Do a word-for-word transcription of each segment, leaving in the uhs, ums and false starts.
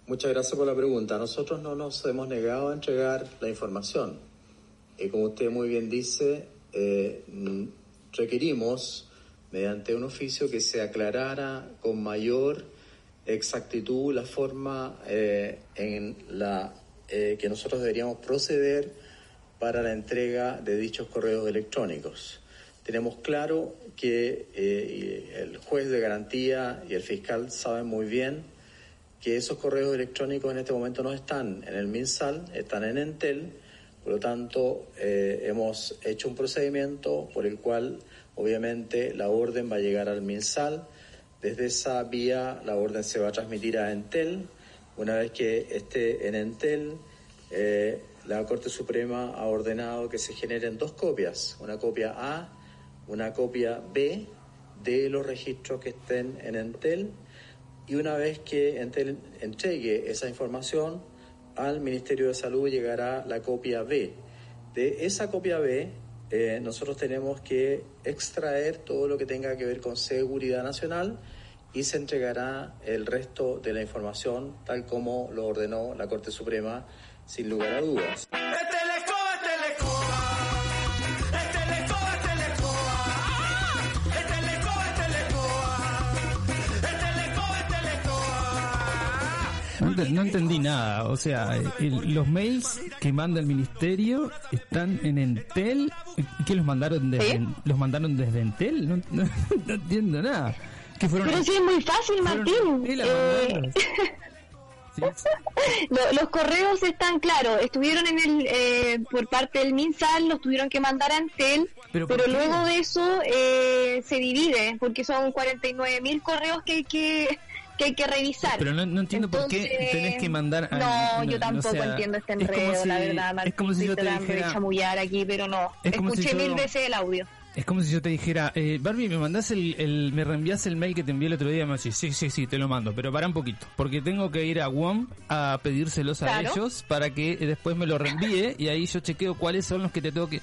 Muchas gracias por la pregunta. Nosotros no nos hemos negado a entregar la información. Y como usted muy bien dice, eh, requerimos, mediante un oficio, que se aclarara con mayor exactitud la forma eh, en la eh, que nosotros deberíamos proceder para la entrega de dichos correos electrónicos. Tenemos claro que eh, el juez de garantía y el fiscal saben muy bien que esos correos electrónicos en este momento no están en el MinSal, están en Entel. Por lo tanto, eh, hemos hecho un procedimiento por el cual, obviamente, la orden va a llegar al MinSal. Desde esa vía, la orden se va a transmitir a Entel. Una vez que esté en Entel, eh, la Corte Suprema ha ordenado que se generen dos copias, una copia A, una copia B, de los registros que estén en Entel. Y una vez que Entel entregue esa información, al Ministerio de Salud llegará la copia B. De esa copia B, eh, nosotros tenemos que extraer todo lo que tenga que ver con seguridad nacional y se entregará el resto de la información tal como lo ordenó la Corte Suprema, sin lugar a dudas. No, no entendí nada, o sea, el, los mails que manda el ministerio están en Entel. ¿Qué los mandaron desde ¿Sí? los mandaron desde Entel? No, no, no entiendo nada. ¿Qué fueron? Pero sí es muy fácil, Martín. Eh... Sí, sí. Los correos están claros, estuvieron en el eh, por parte del MinSal, los tuvieron que mandar a Entel, pero, pero luego de eso eh, se divide, porque son cuarenta y nueve mil correos que hay que que hay que revisar. Pero no, no entiendo Entonces, por qué tenés que mandar a... No, no yo tampoco o sea, entiendo este enredo, si, la verdad, Martín. Es como si yo te dijera... de chamullar aquí, pero no. Escuché si yo, mil veces el audio. Es como si yo te dijera, eh, Barbie, ¿me mandás el, el, me reenvías el mail que te envié el otro día? Y me decís, sí, sí, sí, te lo mando, pero para un poquito, porque tengo que ir a W O M a pedírselos claro. a ellos para que después me lo reenvíe y ahí yo chequeo cuáles son los que te tengo que...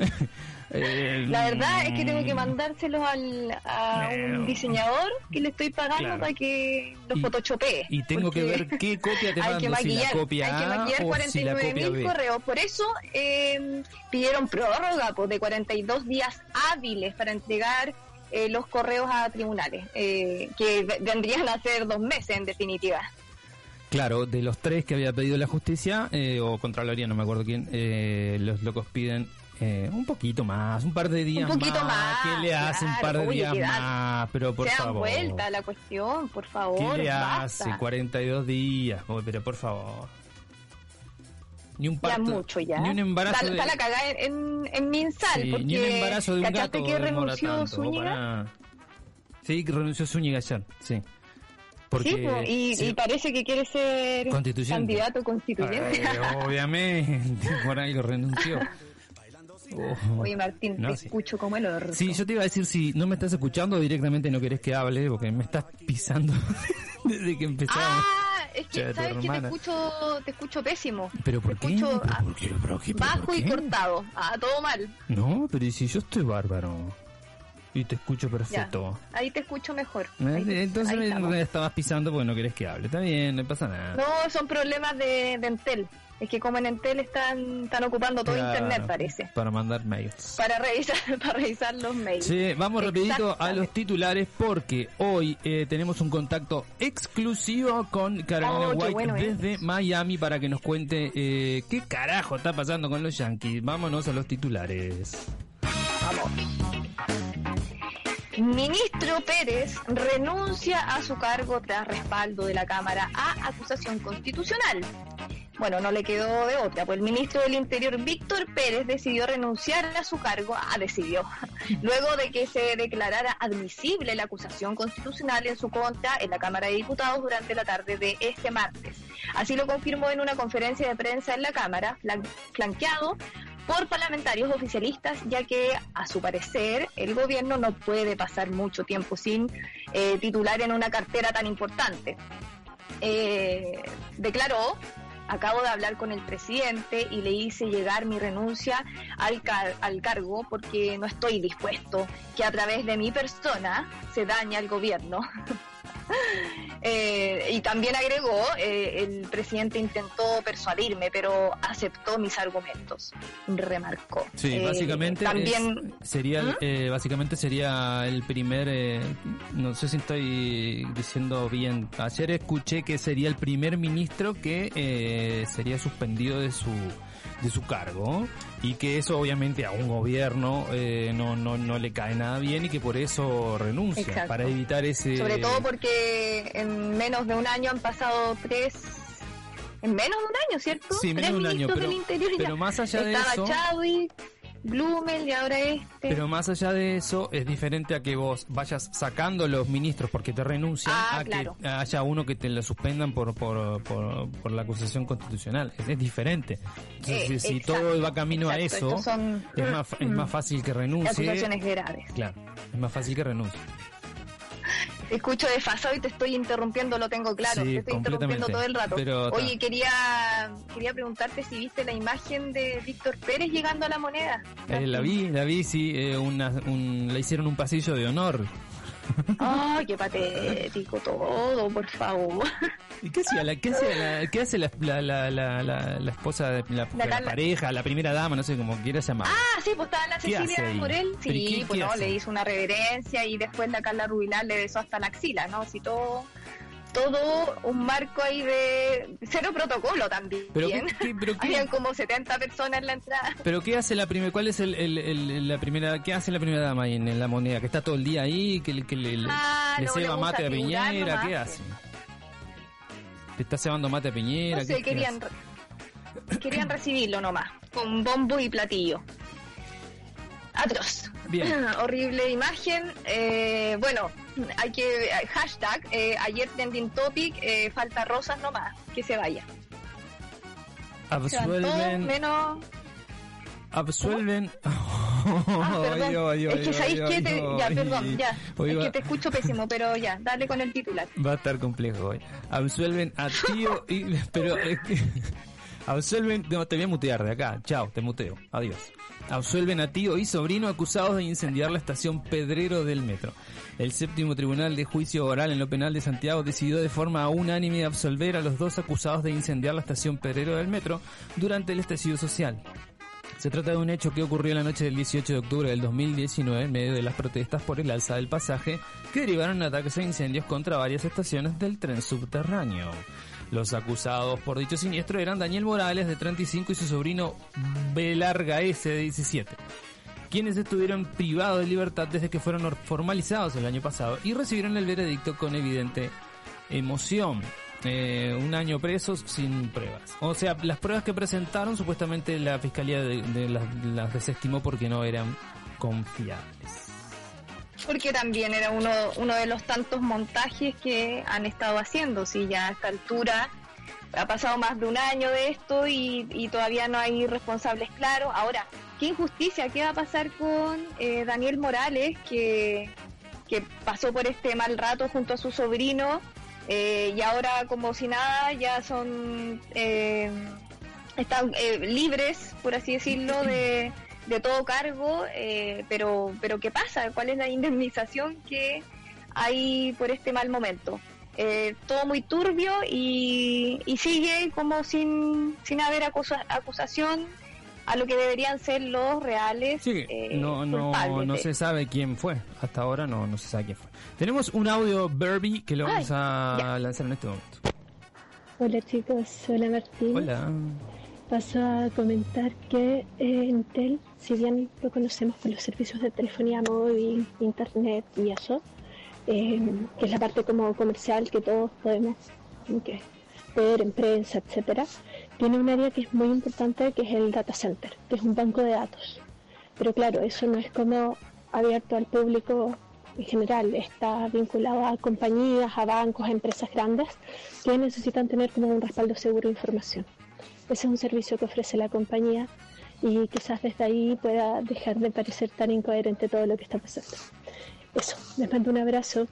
Eh, la verdad es que tengo que mandárselos al, a un diseñador que le estoy pagando claro. para que los y, photoshopee. Y tengo que ver qué copia te mando, hay que maquillar, si la copia hay que maquillar cuarenta y nueve mil si correos. Por eso eh, pidieron prórroga pues, de cuarenta y dos días hábiles para entregar eh, los correos a tribunales, eh, que vendrían a ser dos meses en definitiva. Claro, de los tres que había pedido la justicia, eh, o Contraloría, no me acuerdo quién, eh, los locos piden Eh, un poquito más, un par de días un poquito más. más. ¿Qué le hace claro, un par de oye, días más? Pero por se favor. Se dan vuelta a la cuestión, por favor. ¿Qué le basta. hace? cuarenta y dos días, pero por favor. Ni un parto, ya mucho ya. Ni un embarazo. Está, de... está la cagada en, en, en Minsal. Sí, porque ni un embarazo de un gato que renunció tanto, Zúñiga? Para... Sí, que renunció Zúñiga ayer, sí. Porque, sí, pues, y, sí, y parece que quiere ser candidato constituyente. Eh, obviamente, por algo renunció. Oh, Oye Martín, no, te sí. escucho como el orto. Sí, yo te iba a decir, si no me estás escuchando directamente no querés que hable, porque me estás pisando desde que empezamos. Ah, es que Chá, sabes que te escucho, te escucho pésimo. ¿Pero por te qué? Escucho, ¿Pero por qué? ¿Pero qué? ¿Pero bajo por qué? y cortado, ah, todo mal. No, pero si yo estoy bárbaro y te escucho perfecto. Ya, ahí te escucho mejor. Ahí te, Entonces ahí me, me estabas pisando porque no querés que hable. Está bien, no pasa nada. No, son problemas de, de Entel. Es que como en Entel están, están ocupando todo claro, internet, parece. Para mandar mails. Para revisar, para revisar los mails. Sí, vamos rapidito a los titulares porque hoy eh, tenemos un contacto exclusivo con Carolina oh, White bueno desde es. Miami para que nos cuente eh, qué carajo está pasando con los Yankees. Vámonos a los titulares. Vamos. Ministro Pérez renuncia a su cargo tras respaldo de la Cámara a acusación constitucional. Bueno, no le quedó de otra, pues el ministro del Interior, Víctor Pérez, decidió renunciar a su cargo, ah, decidió, luego de que se declarara admisible la acusación constitucional en su contra en la Cámara de Diputados durante la tarde de este martes. Así lo confirmó en una conferencia de prensa en la Cámara, flanqueado por parlamentarios oficialistas, ya que, a su parecer, el gobierno no puede pasar mucho tiempo sin eh, titular en una cartera tan importante. Eh, declaró: acabo de hablar con el presidente y le hice llegar mi renuncia al, car- al cargo porque no estoy dispuesto que a través de mi persona se dañe al gobierno. Eh, y también agregó, eh, el presidente intentó persuadirme, pero aceptó mis argumentos, remarcó. Sí, eh, básicamente también es, sería, ¿Mm? eh, básicamente sería el primer, eh, no sé si estoy diciendo bien, ayer escuché que sería el primer ministro que eh, sería suspendido de su de su cargo, y que eso obviamente a un gobierno eh, no, no, no le cae nada bien y que por eso renuncia. Exacto. Para evitar ese... Sobre todo porque en menos de un año han pasado tres... En menos de un año, ¿cierto? Sí, menos de un año, pero, del interior pero más allá de Estaba eso... Chadwick, Blumel y ahora este. Pero más allá de eso, es diferente a que vos vayas sacando los ministros porque te renuncian, ah, a claro. que haya uno que te lo suspendan por por, por, por la acusación constitucional. Es, es diferente. Entonces, eh, si exacto, todo va camino exacto. a eso, son, es, más, es más fácil que renuncie. Acusaciones graves. Claro, es más fácil que renuncie. Te escucho desfasado y te estoy interrumpiendo, lo tengo claro, sí, te estoy interrumpiendo todo el rato. Pero, Oye, quería quería preguntarte si viste la imagen de Víctor Pérez llegando a La Moneda. Eh, la vi, la vi, sí, eh, una, un, le hicieron un pasillo de honor. Ay, qué patético todo, por favor. ¿Y qué hacía la, qué hacía la, qué hace la, la, la, la, la, la esposa de la, la, la pareja, la primera dama, no sé cómo quieras llamar? Ah, sí, pues estaba la Cecilia Morel, sí, pues no, le hizo una reverencia y después la Carla Rubilar le besó hasta la axila, ¿no? Así todo, todo un marco ahí de cero protocolo también. ¿Pero qué, qué, pero qué? Habían como setenta personas en la entrada. ¿Pero qué hace la primera, cuál es el, el, el, la primera, qué hace la primera dama ahí en, en La Moneda? ¿Que está todo el día ahí? ¿Que, que le, ah, le no, ceba le mate a Piñera? ¿Qué hace? ¿Le está cebando mate a Piñera? No sé, ¿Qué, querían, qué querían recibirlo nomás, con bombo y platillo. Atroz. Bien. Horrible imagen. Eh, bueno, hay que... Hashtag, eh, ayer trending topic, eh, falta rosas nomás, que se vaya. Absuelven... menos... Absuelven... Ah, perdón. Ay, ay, ay, es que sabéis que te... Ya, perdón, ya. Hoy es va... que te escucho pésimo, pero ya, dale con el titular. Va a estar complejo hoy. Absuelven a tío y... Pero... Es que... Absuelven... No, te voy a mutear de acá. Chao, te muteo. Adiós. Absuelven a tío y sobrino acusados de incendiar la estación Pedrero del metro. El séptimo tribunal de juicio oral en lo penal de Santiago decidió de forma unánime absolver a los dos acusados de incendiar la estación Pedrero del metro durante el estallido social. Se trata de un hecho que ocurrió la noche del dieciocho de octubre del dos mil diecinueve en medio de las protestas por el alza del pasaje que derivaron en ataques e incendios contra varias estaciones del tren subterráneo. Los acusados por dicho siniestro eran Daniel Morales, de treinta y cinco, y su sobrino B larga S, de diecisiete, quienes estuvieron privados de libertad desde que fueron formalizados el año pasado y recibieron el veredicto con evidente emoción. Eh, un año presos sin pruebas. O sea, las pruebas que presentaron supuestamente la fiscalía de, de las, las desestimó porque no eran confiables. Porque también era uno uno de los tantos montajes que han estado haciendo. Si ya a esta altura ha pasado más de un año de esto y, y todavía no hay responsables claros. Ahora, qué injusticia, ¿qué va a pasar con eh, Daniel Morales, que, que pasó por este mal rato junto a su sobrino eh, y ahora como si nada ya son eh, están eh, libres, por así decirlo, de... de todo cargo, eh, pero pero ¿qué pasa? ¿Cuál es la indemnización que hay por este mal momento? Eh, todo muy turbio y, y sigue como sin sin haber acusa, acusación a lo que deberían ser los reales. Sí, eh, no no no se sabe quién fue, hasta ahora no no se sabe quién fue. Tenemos un audio Barbie que lo vamos Ay, a ya. lanzar en este momento. Hola chicos, hola Martín. Hola. Paso a comentar que eh, Entel, si bien lo conocemos por los servicios de telefonía móvil, internet y eso, eh, que es la parte como comercial que todos podemos okay, ver en prensa, etcétera, tiene un área que es muy importante, que es el data center, que es un banco de datos. Pero claro, eso no es como abierto al público en general, está vinculado a compañías, a bancos, a empresas grandes que necesitan tener como un respaldo seguro de información. Ese es un servicio que ofrece la compañía y quizás desde ahí pueda dejar de parecer tan incoherente todo lo que está pasando. Eso, les mando un abrazo.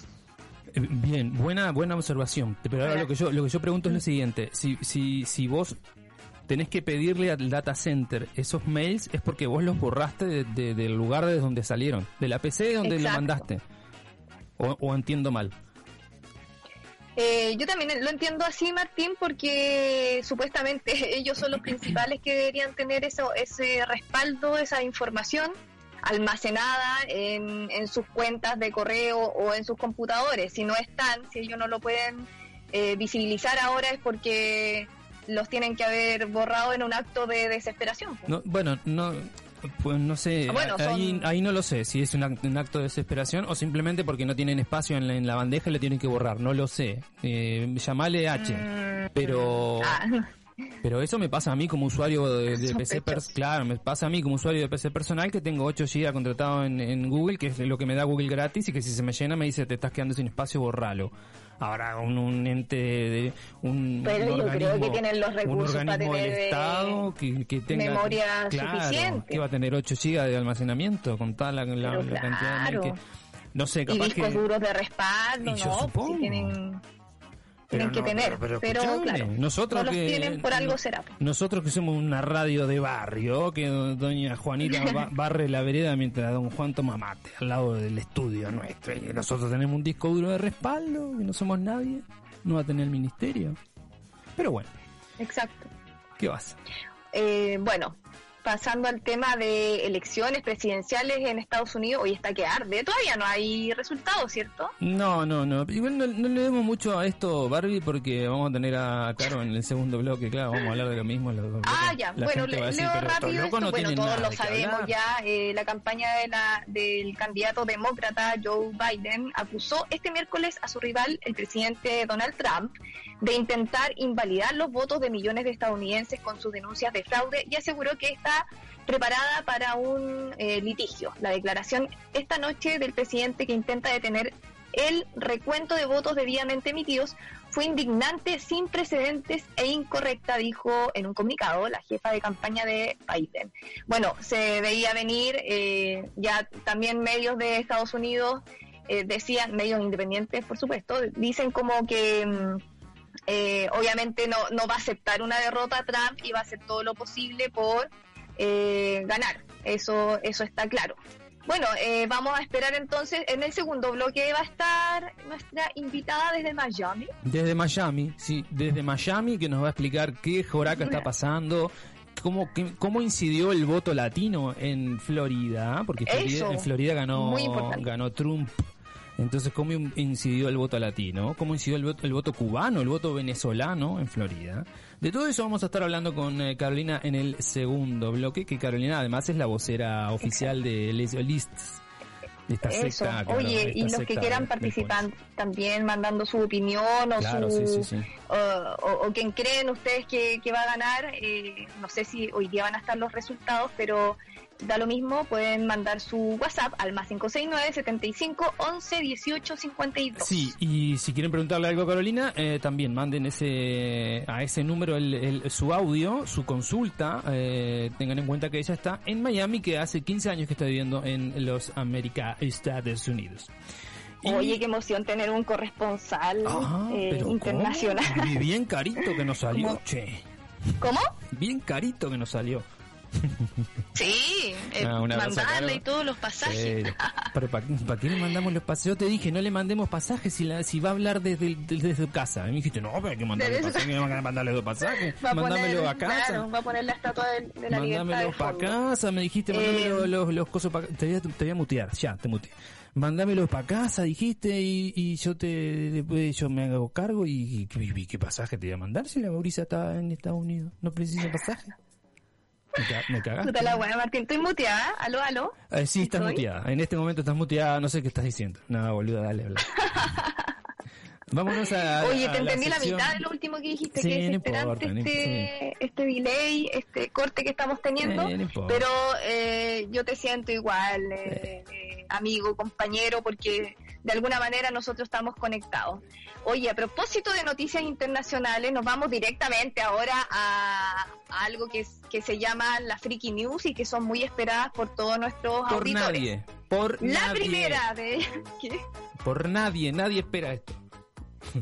Bien, buena buena observación. Pero ahora lo que yo lo que yo pregunto es lo siguiente: si si si vos tenés que pedirle al data center esos mails, es porque vos los borraste de, de, del lugar de donde salieron, de la P C donde Exacto. lo mandaste. O, o entiendo mal. Eh, yo también lo entiendo así, Martín, porque supuestamente ellos son los principales que deberían tener eso, ese respaldo, esa información almacenada en, en sus cuentas de correo o en sus computadores. Si no están, si ellos no lo pueden eh, visibilizar ahora, es porque los tienen que haber borrado en un acto de desesperación. No, bueno, no... Pues no sé, bueno, ahí, son... ahí no lo sé, si es un acto, un acto de desesperación o simplemente porque no tienen espacio en la, en la bandeja y lo tienen que borrar, no lo sé. Eh, llamale H, mm, pero ah. pero eso me pasa a mí como usuario de, de P C, pers- claro, me pasa a mí como usuario de P C personal que tengo ocho gigas contratado en, en Google, que es lo que me da Google gratis y que si se me llena me dice te estás quedando sin espacio, borralo. Ahora un, un ente de un, pero un yo organismo, creo que tienen los recursos un para tener del Estado que, que tenga memoria claro, suficiente. Que va a tener ocho gigas de almacenamiento con toda la, la, la claro. cantidad de que no sé, capaz y discos que, duros de respaldo, y no, si tienen tienen pero que no, tener, pero, pero, pero claro, nosotros no que, los tienen, por algo será. Nosotros que somos una radio de barrio, que doña Juanita ba- barre la vereda mientras don Juan toma mate al lado del estudio nuestro, y nosotros tenemos un disco duro de respaldo, que no somos nadie, no va a tener el ministerio. Pero bueno. Exacto. ¿Qué vas? Eh, bueno, pasando al tema de elecciones presidenciales en Estados Unidos, hoy está que arde, todavía no hay resultados, ¿cierto? No, no, no, igual no, no le demos mucho a esto, Barbie, porque vamos a tener a Caro en el segundo bloque, claro, vamos a hablar de lo mismo. Lo, ah, ya, bueno, le, decir, leo rápido esto, no bueno, todos lo sabemos ya, eh, la campaña de la del candidato demócrata Joe Biden acusó este miércoles a su rival, el presidente Donald Trump, de intentar invalidar los votos de millones de estadounidenses con sus denuncias de fraude y aseguró que está preparada para un eh, litigio. La declaración esta noche del presidente que intenta detener el recuento de votos debidamente emitidos fue indignante, sin precedentes e incorrecta, dijo en un comunicado la jefa de campaña de Biden. Bueno, se veía venir, eh, ya también medios de Estados Unidos eh, decían, medios independientes por supuesto, dicen como que mm, eh, obviamente no, no va a aceptar una derrota a Trump y va a hacer todo lo posible por eh, ganar, eso, eso está claro. Bueno, eh, vamos a esperar entonces. En el segundo bloque va a estar nuestra invitada desde Miami. Desde Miami, sí, desde Miami, que nos va a explicar qué joraca está pasando, cómo, qué, cómo incidió el voto latino en Florida, porque Florida, en Florida ganó, ganó Trump. Entonces, ¿cómo incidió el voto latino? ¿Cómo incidió el voto, el voto cubano, el voto venezolano en Florida? De todo eso vamos a estar hablando con eh, Carolina en el segundo bloque, que Carolina además es la vocera oficial de Les Lists. Esta eso, secta, claro, oye, esta y los secta que quieran de, participar también mandando su opinión o claro, su sí, sí, sí. Uh, o, o quien creen ustedes que, que va a ganar, eh, no sé si hoy día van a estar los resultados, pero da lo mismo, pueden mandar su WhatsApp al más cinco seis nueve, setenta y cinco, once, dieciocho, cincuenta y dos. Sí, y si quieren preguntarle algo a Carolina, eh, también manden ese a ese número el, el, su audio, su consulta, eh, tengan en cuenta que ella está en Miami, que hace quince años que está viviendo en los América, Estados Unidos. Y... Oye, qué emoción tener un corresponsal ah, eh, internacional. ¿Cómo? Bien carito que nos salió, ¿Cómo? che. ¿Cómo? Bien carito que nos salió. Sí, eh, ah, mandarle y todos los pasajes. Sí, pero ¿para pa qué le mandamos los pasajes? Yo te dije, no le mandemos pasajes si, la, si va a hablar desde, desde su casa. Y me dijiste, no, pero hay que mandarle pasajes, no van a mandarle dos pasajes. Mándamelo a casa. Claro, va a poner la estatua de, de la libertad. Mándamelo para casa, me dijiste, mándamelo eh, los, los cosas para te, voy a, te voy a mutear, ya, te muteé. Mándamelo para casa, dijiste, y, y yo te después yo me hago cargo y, y, y ¿qué pasaje te voy a mandar si la Mauricia está en Estados Unidos? ¿No precisa pasaje? Me cagaste. Puta la buena, Martín. Estoy muteada. ¿Aló, aló? Eh, sí, estás ¿Estoy? muteada. En este momento estás muteada. No sé qué estás diciendo. Nada, boluda, dale, habla. Vámonos a. Oye, te a entendí la, la mitad de lo último que dijiste, sí, que es no esperante importa, este, sí. este delay, este corte que estamos teniendo. Eh, no pero eh, yo te siento igual, eh, eh, amigo, compañero, porque de alguna manera nosotros estamos conectados. Oye, a propósito de noticias internacionales, nos vamos directamente ahora a, a algo que, es, que se llama la Freaky News y que son muy esperadas por todos nuestros por auditores. Nadie, por la nadie. primera de... ¿Qué? Por nadie, nadie espera esto.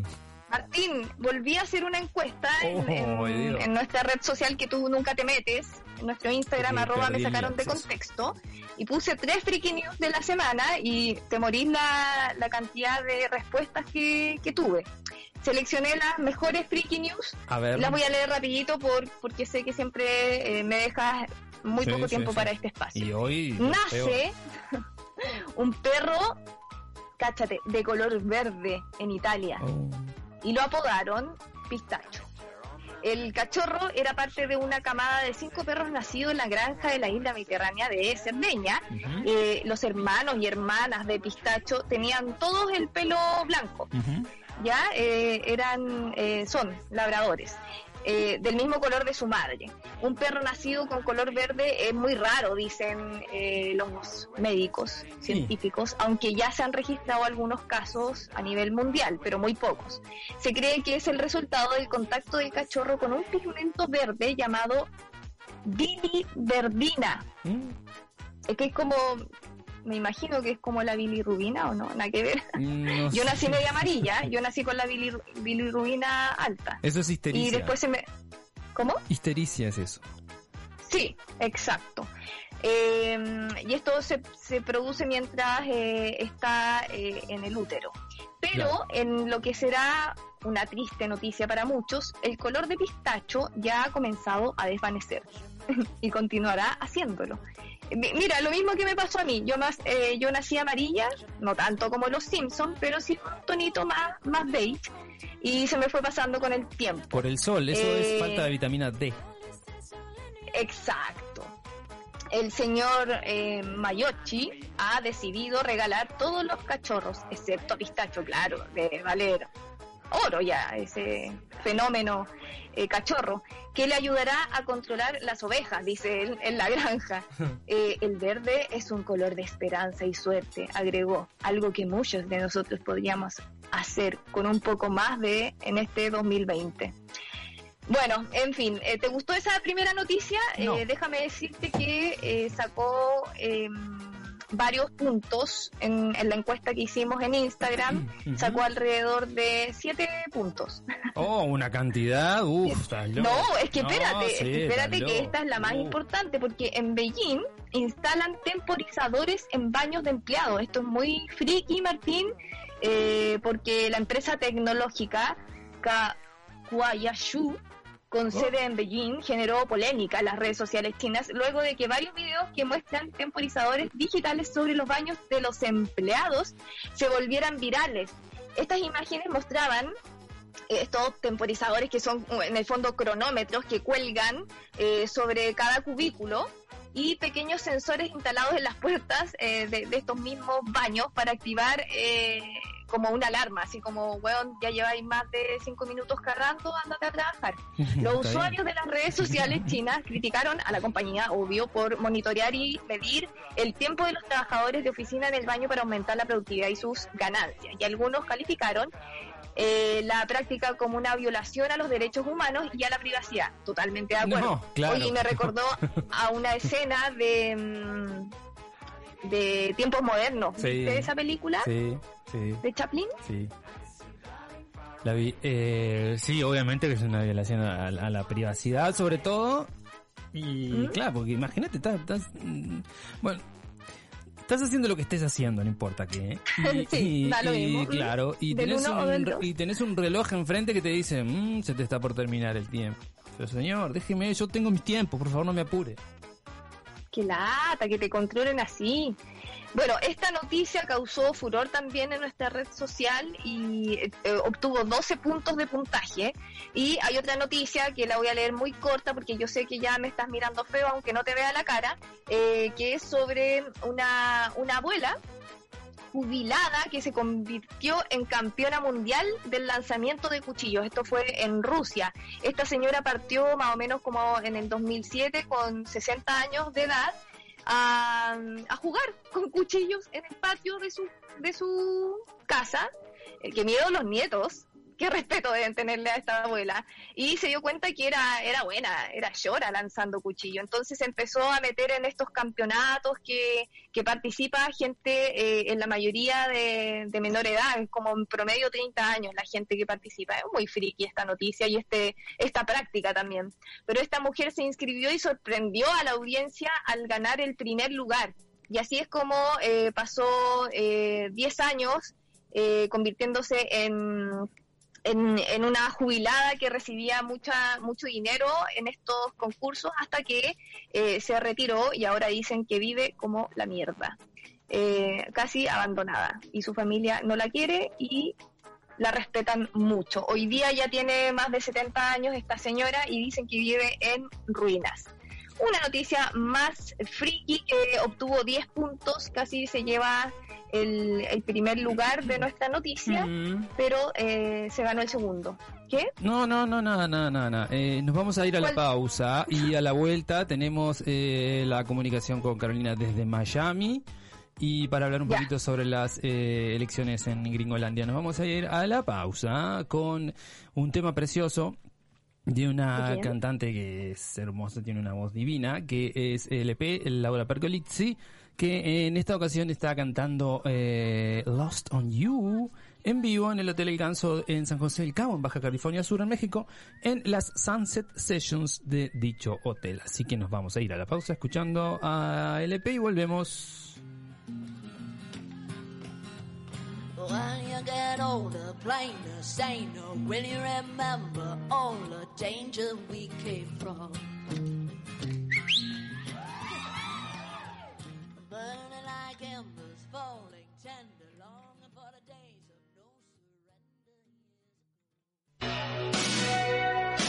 Martín, volví a hacer una encuesta oh, en, en, en nuestra red social que tú nunca te metes, en nuestro Instagram, arroba me sacaron de contexto, y puse tres freaky news de la semana y te morís la, la cantidad de respuestas que, que tuve. Seleccioné las mejores freaky news, a ver. Las voy a leer rapidito por, porque sé que siempre eh, me dejas muy sí, poco tiempo sí, para sí. este espacio. Y hoy nace un perro, cáchate, de color verde en Italia. Oh. Y lo apodaron Pistacho. El cachorro era parte de una camada de cinco perros nacidos en la granja de la isla mediterránea de Cerdeña. Uh-huh. Eh, los hermanos y hermanas de Pistacho tenían todos el pelo blanco. Uh-huh. Ya eh, eran, eh, son labradores. Eh, del mismo color de su madre. Un perro nacido con color verde es muy raro, dicen eh, los médicos científicos, sí. Aunque ya se han registrado algunos casos a nivel mundial, pero muy pocos. Se cree que es el resultado del contacto del cachorro con un pigmento verde llamado biliverdina. Mm. Es que es como... Me imagino que es como la bilirrubina, ¿o no? Nada que ver. No yo nací sé. media amarilla, yo nací con la bilir, bilirrubina alta. Eso es histericia. Y después se me... ¿Cómo? Histericia es eso. Sí, exacto. Eh, y esto se, se produce mientras eh, está eh, en el útero. Pero claro. En lo que será una triste noticia para muchos, el color de pistacho ya ha comenzado a desvanecer y continuará haciéndolo. Mira, lo mismo que me pasó a mí. Yo más, eh, yo nací amarilla, no tanto como los Simpsons, pero sí un tonito más, más beige, y se me fue pasando con el tiempo. Por el sol, eso eh, es falta de vitamina D. Exacto. El señor eh, Mayochi ha decidido regalar todos los cachorros, excepto a Pistacho, claro, de valer oro ya, ese fenómeno eh, cachorro, que le ayudará a controlar las ovejas, dice él, en la granja. Eh, el verde es un color de esperanza y suerte, agregó, algo que muchos de nosotros podríamos hacer con un poco más de en este dos mil veinte. Bueno, en fin, eh, ¿te gustó esa primera noticia? No. Eh, déjame decirte que eh, sacó... Eh, varios puntos en, en la encuesta que hicimos en Instagram. Uh-huh. Sacó alrededor de siete puntos. Oh, una cantidad, uff, estás loco. No, es que espérate, no, sí, espérate que esta es la más uh. importante, porque en Beijing instalan temporizadores en baños de empleados. Esto es muy friki, Martín, eh, porque la empresa tecnológica Kuayashu, con sede en Beijing, generó polémica en las redes sociales chinas luego de que varios videos que muestran temporizadores digitales sobre los baños de los empleados se volvieran virales. Estas imágenes mostraban estos temporizadores que son en el fondo cronómetros que cuelgan eh, sobre cada cubículo y pequeños sensores instalados en las puertas eh, de, de estos mismos baños para activar eh, como una alarma, así como, weón, ya lleváis más de cinco minutos cargando, ándate a trabajar. Los usuarios de las redes sociales chinas criticaron a la compañía, obvio, por monitorear y medir el tiempo de los trabajadores de oficina en el baño para aumentar la productividad y sus ganancias. Y algunos calificaron eh, la práctica como una violación a los derechos humanos y a la privacidad. Totalmente de acuerdo. No, claro. Oye, me recordó a una escena de... Mmm, de Tiempos Modernos. Sí. ¿Viste esa película? Sí, sí. ¿De Chaplin? Sí. La vi, eh, sí, obviamente que es una violación a, a la privacidad, sobre todo. Y ¿Mm? Claro, porque imagínate, estás, estás, bueno, estás haciendo lo que estés haciendo, no importa qué. Y, sí, y, da lo y, mismo. Claro, y tenés, un, y tenés un reloj enfrente que te dice, mmm, se te está por terminar el tiempo. Pero señor, déjeme, yo tengo mis tiempos, por favor no me apure. ¡Qué lata, que te controlen así! Bueno, esta noticia causó furor también en nuestra red social y eh, obtuvo doce puntos de puntaje. Y hay otra noticia que la voy a leer muy corta porque yo sé que ya me estás mirando feo aunque no te vea la cara, eh, que es sobre una, una abuela jubilada que se convirtió en campeona mundial del lanzamiento de cuchillos. Esto fue en Rusia. Esta señora partió más o menos como en el dos mil siete con sesenta años de edad a, a jugar con cuchillos en el patio de su de su casa. El que miedo los nietos qué respeto deben tenerle a esta abuela. Y se dio cuenta que era, era buena, era llora lanzando cuchillo. Entonces se empezó a meter en estos campeonatos que, que participa gente eh, en la mayoría de, de menor edad, como en promedio treinta años la gente que participa. Es muy friki esta noticia y este esta práctica también. Pero esta mujer se inscribió y sorprendió a la audiencia al ganar el primer lugar. Y así es como eh, pasó eh, diez años eh, convirtiéndose en, en, en una jubilada que recibía mucha mucho dinero en estos concursos hasta que eh, se retiró y ahora dicen que vive como la mierda, eh, casi abandonada. Y su familia no la quiere y la respetan mucho. Hoy día ya tiene más de setenta años esta señora y dicen que vive en ruinas. Una noticia más friki que obtuvo diez puntos, casi se lleva el, el primer lugar de nuestra noticia, mm. pero eh, se ganó el segundo. ¿Qué? No, no, no, nada, nada, nada. Eh, nos vamos a ir a la pausa y a la vuelta tenemos eh, la comunicación con Carolina desde Miami y para hablar un ya. poquito sobre las eh, elecciones en Gringolandia. Nos vamos a ir a la pausa con un tema precioso de una Bien. cantante que es hermosa, tiene una voz divina, que es L P, Laura Pergolizzi, que en esta ocasión está cantando eh, Lost on You en vivo en el Hotel El Ganso en San José del Cabo, en Baja California Sur, en México, en las Sunset Sessions de dicho hotel. Así que nos vamos a ir a la pausa escuchando a L P y volvemos. When you get older, plainer, saner, will you remember all the danger we came from? Burning like embers, falling tender, longing for the days of no surrender.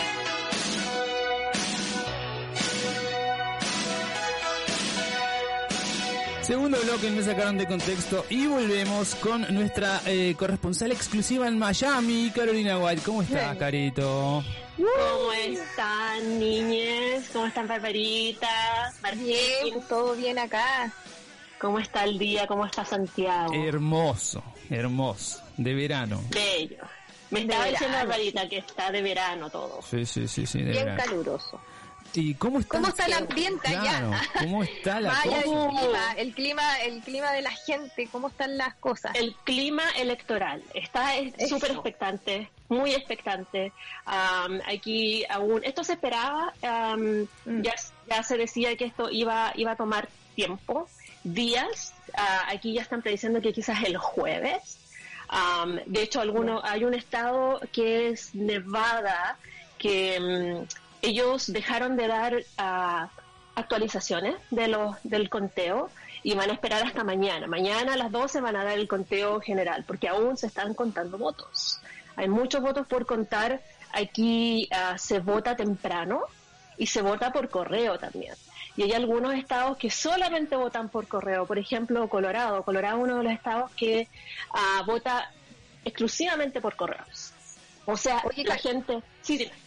Segundo bloque, me sacaron de contexto y volvemos con nuestra eh, corresponsal exclusiva en Miami, Carolina White. ¿Cómo estás, Carito? ¿Cómo están, niñes? ¿Cómo están, Barbarita? Bien, todo bien acá. ¿Cómo está el día? ¿Cómo está Santiago? Hermoso, hermoso, de verano. Bello. Me de estaba verano. diciendo Barbarita que está de verano todo. Sí, sí, sí, sí, de bien verano. Caluroso. ¿Y cómo está, ¿Cómo está el ambiente claro, allá? ¿Cómo está la Vaya, cosa? El clima, el clima, el clima de la gente, ¿cómo están las cosas? El clima electoral está súper expectante, muy expectante. Um, aquí aún, esto se esperaba, um, mm. ya, ya se decía que esto iba, iba a tomar tiempo, días. Uh, aquí ya están prediciendo que quizás el jueves. Um, de hecho, alguno, hay un estado que es Nevada que um, ellos dejaron de dar uh, actualizaciones de los del conteo y van a esperar hasta mañana. Mañana a las doce van a dar el conteo general, porque aún se están contando votos. Hay muchos votos por contar. Aquí uh, se vota temprano y se vota por correo también. Y hay algunos estados que solamente votan por correo. Por ejemplo, Colorado. Colorado es uno de los estados que uh, vota exclusivamente por correos. O sea, Oye, la gente... Sí, dime.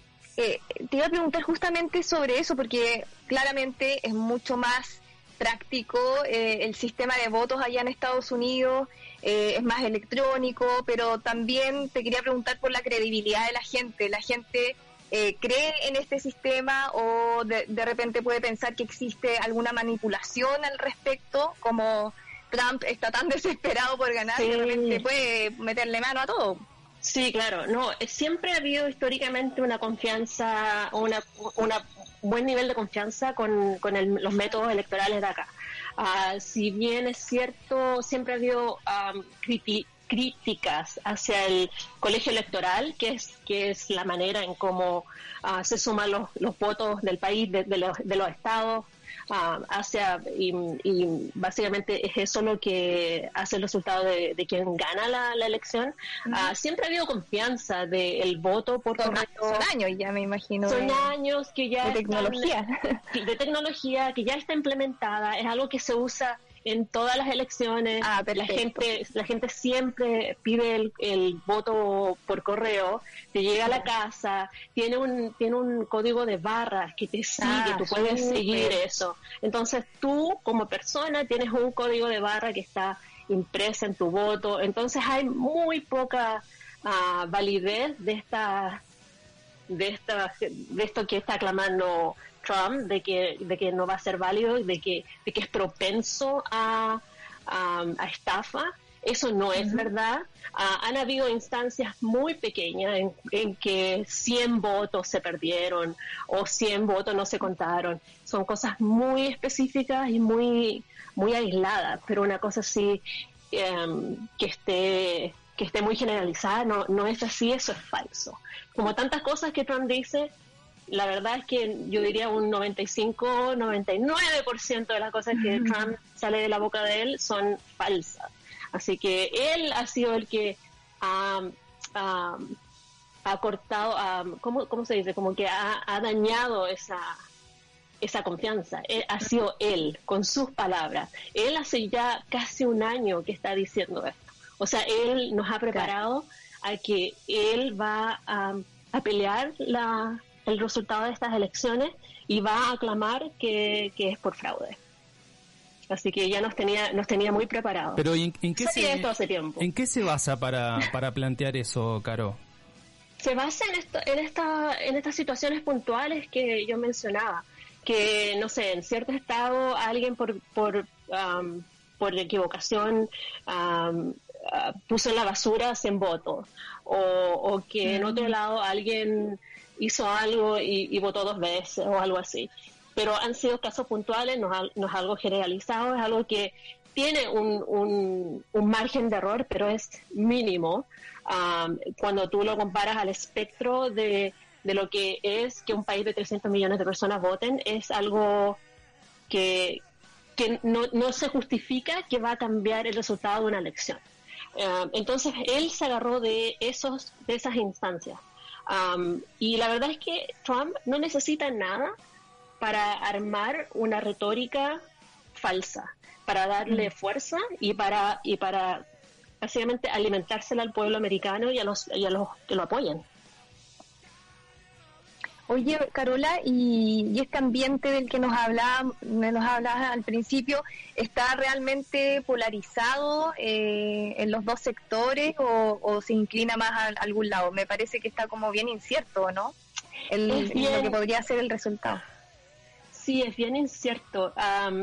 Eh, te iba a preguntar justamente sobre eso, porque claramente es mucho más práctico eh, el sistema de votos allá en Estados Unidos, eh, es más electrónico, pero también te quería preguntar por la credibilidad de la gente. ¿La gente eh, cree en este sistema o de, de repente puede pensar que existe alguna manipulación al respecto, como Trump está tan desesperado por ganar sí. que de repente puede meterle mano a todo? Sí, claro. No, siempre ha habido históricamente una confianza, una, una buen nivel de confianza con, con el, los métodos electorales de acá. Uh, si bien es cierto, siempre ha habido um, criti- críticas hacia el colegio electoral, que es que es la manera en cómo uh, se suman los, los votos del país, de, de, los, de los estados. Uh, hacia y, y básicamente es eso lo que hace el resultado de, de quien gana la, la elección. Uh-huh. Uh, siempre ha habido confianza del voto por son, son años ya me imagino son de, años que ya de tecnología están, de tecnología que ya está implementada, es algo que se usa en todas las elecciones. Ah, la gente la gente siempre pide el, el voto por correo, te llega a la casa, tiene un tiene un código de barras que te sigue, ah, tú puedes super. seguir eso. Entonces tú como persona tienes un código de barra que está impresa en tu voto, entonces hay muy poca uh, validez de esta, de esta, de esto que está aclamando Trump, de que, de que no va a ser válido, de que, de que es propenso a, a, a estafa. Eso no es uh-huh. verdad. Uh, han habido instancias muy pequeñas en, en que cien votos se perdieron o cien votos no se contaron. Son cosas muy específicas y muy muy aisladas, pero una cosa así um, que esté que esté muy generalizada no no es así, eso es falso. Como tantas cosas que Trump dice, la verdad es que yo diría un noventa y cinco, noventa y nueve por ciento de las cosas que uh-huh. Trump sale de la boca de él son falsas. Así que él ha sido el que ha, ha, ha cortado, ha, ¿cómo, ¿cómo se dice? Como que ha, ha dañado esa, esa confianza. Él, ha sido él, con sus palabras. Él hace ya casi un año que está diciendo esto. O sea, él nos ha preparado a que él va a, a pelear la, el resultado de estas elecciones y va a aclamar que, que es por fraude. Así que ya nos tenía nos tenía muy preparados. Pero ¿en, en qué se esto hace tiempo. ¿En qué se basa para para plantear eso, Caro? Se basa en esto, en esta en estas situaciones puntuales que yo mencionaba, que no sé, en cierto estado alguien por por um, por equivocación um, uh, puso en la basura cien votos, o, o que en otro lado alguien hizo algo y, y votó dos veces o algo así. Pero han sido casos puntuales, no, no es algo generalizado, es algo que tiene un, un, un margen de error, pero es mínimo. Um, cuando tú lo comparas al espectro de, de lo que es que un país de trescientos millones de personas voten, es algo que, que no, no se justifica que va a cambiar el resultado de una elección. Uh, entonces, él se agarró de, esos, de esas instancias. Um, y la verdad es que Trump no necesita nada para armar una retórica falsa, para darle fuerza y para y para básicamente alimentársela al pueblo americano y a los y a los que lo apoyan. Oye, Carola, y, y este ambiente del que nos hablaba, nos hablabas al principio, ¿está realmente polarizado eh, en los dos sectores o, o se inclina más a, a algún lado? Me parece que está como bien incierto, ¿no? El, es bien, lo que podría ser el resultado. Sí, es bien incierto. Um,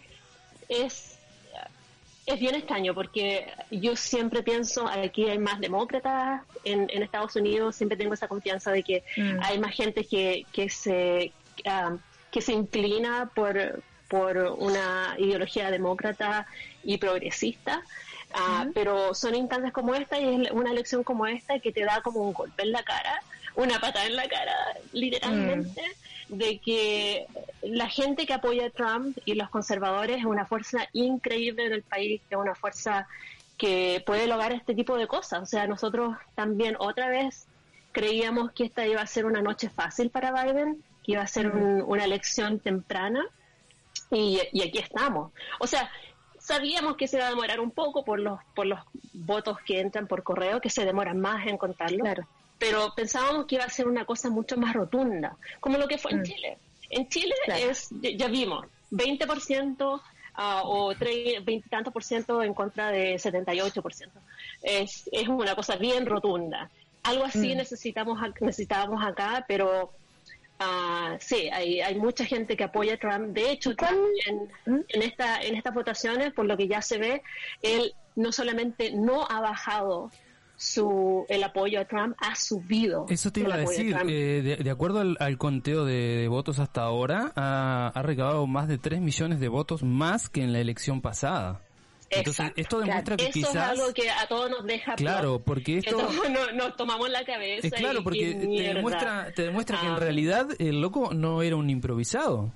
es, es bien extraño porque yo siempre pienso, aquí hay más demócratas en, en Estados Unidos, siempre tengo esa confianza de que mm. hay más gente que, que, se, um, que se inclina por, por una ideología demócrata y progresista. Uh, mm. Pero son instancias como esta y es una elección como esta que te da como un golpe en la cara, una patada en la cara, literalmente, mm. de que la gente que apoya a Trump y los conservadores es una fuerza increíble en el país, es una fuerza que puede lograr este tipo de cosas. O sea, nosotros también otra vez creíamos que esta iba a ser una noche fácil para Biden, que iba a ser mm. un, una elección temprana, y, y aquí estamos. O sea, sabíamos que se iba a demorar un poco por los por los votos que entran por correo, que se demoran más en contarlo, claro. Pero pensábamos que iba a ser una cosa mucho más rotunda, como lo que fue mm. en Chile. En Chile claro. es ya vimos, veinte por ciento uh, o veinte y tantos por ciento en contra de setenta y ocho por ciento. Es, es una cosa bien rotunda. Algo así mm. necesitamos necesitábamos acá, pero Uh, sí, hay, hay mucha gente que apoya a Trump. De hecho, Trump en, en, esta, en estas votaciones, por lo que ya se ve, él no solamente no ha bajado su el apoyo a Trump, ha subido. Eso te iba a decir, eh, de, de acuerdo al, al conteo de, de votos hasta ahora, ha, ha recaudado más de tres millones de votos más que en la elección pasada. Entonces, exacto, esto demuestra claro. que Eso quizás... es algo que a todos nos deja... Claro, porque esto... Nos no, no tomamos la cabeza. Es claro, y, porque y te demuestra, te demuestra ah. que en Ah. realidad el loco no era un improvisado.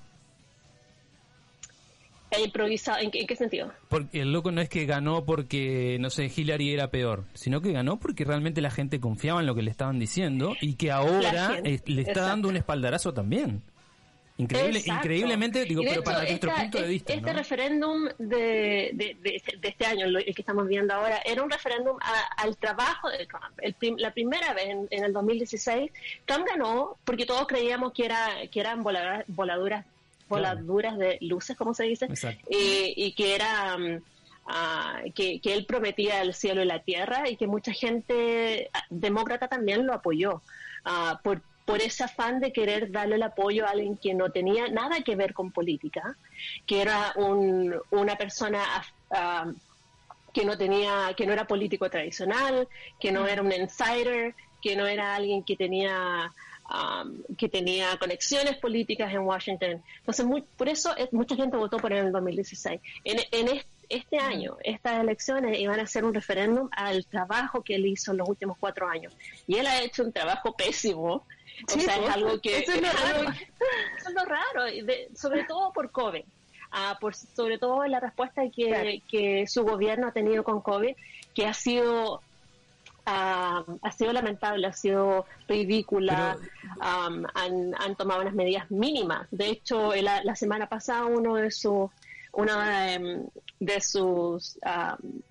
¿El improvisado? ¿En qué, ¿En qué sentido? Porque el loco no es que ganó porque, no sé, Hillary era peor, sino que ganó porque realmente la gente confiaba en lo que le estaban diciendo y que ahora gente, eh, le está exacto. dando un espaldarazo también. Increíble, exacto. increíblemente, digo, pero hecho, para esta, nuestro punto de vista. Este ¿no? referéndum de, de, de, de este año, el que estamos viendo ahora, era un referéndum a, al trabajo de Trump. El prim, la primera vez, en, en el dos mil dieciséis, Trump ganó porque todos creíamos que, era, que eran voladuras, voladuras, voladuras claro. de luces, como se dice, y, y que era... Um, uh, que, que él prometía el cielo y la tierra, y que mucha gente demócrata también lo apoyó uh, por, por ese afán de querer darle el apoyo a alguien que no tenía nada que ver con política, que era un, una persona uh, que no tenía, que no era político tradicional, que no era un insider, que no era alguien que tenía um, que tenía conexiones políticas en Washington. Entonces, muy, por eso es, mucha gente votó por él en el dos mil dieciséis. En, en este, este año, estas elecciones iban a ser un referéndum al trabajo que él hizo en los últimos cuatro años. Y él ha hecho un trabajo pésimo. O sí, sea, es algo que... Eso es lo es raro. Algo, eso es lo raro, de, sobre todo por COVID. Uh, por, sobre todo en la respuesta que, claro. que su gobierno ha tenido con COVID, que ha sido uh, ha sido lamentable, ha sido ridícula. Pero... um, han, han tomado unas medidas mínimas. De hecho, la, la semana pasada uno de sus una de, de sus um,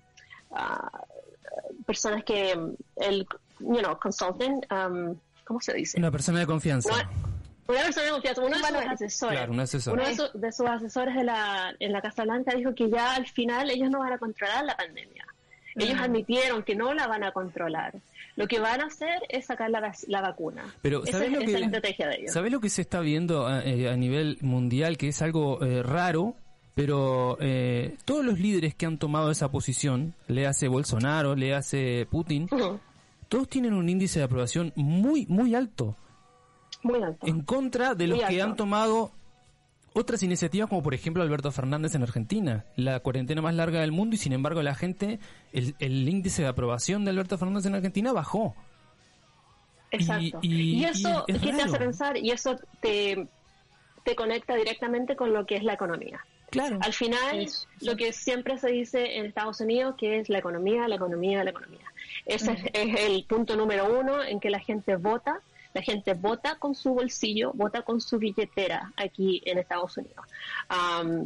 uh, personas que el you know consultant um, ¿cómo se dice? Una persona de confianza. No, Una persona de confianza, uno de sus asesores, claro, un asesor. uno de, su, de sus asesores de la, en la Casa Blanca dijo que ya al final ellos no van a controlar la pandemia. Ellos uh-huh. admitieron que no la van a controlar. Lo que van a hacer es sacar la, la vacuna. Pero esa, ¿sabes es, lo esa que, es la estrategia de ellos. ¿sabes lo que se está viendo a, a nivel mundial? Que es algo eh, raro, pero eh, todos los líderes que han tomado esa posición, le hace Bolsonaro, le hace Putin, uh-huh. todos tienen un índice de aprobación muy, muy alto. Muy alto. En contra de los Muy que alto. han tomado otras iniciativas, como por ejemplo Alberto Fernández en Argentina, la cuarentena más larga del mundo, y sin embargo la gente, el, el índice de aprobación de Alberto Fernández en Argentina bajó. Exacto. Y, y, y eso, y ¿qué te hace pensar? Y eso te, te conecta directamente con lo que es la economía. Claro. Al final, eso, lo que siempre se dice en Estados Unidos, que es la economía, la economía, la economía. Ese uh-huh. es, es el punto número uno en que la gente vota. La gente vota con su bolsillo, vota con su billetera aquí en Estados Unidos. Um,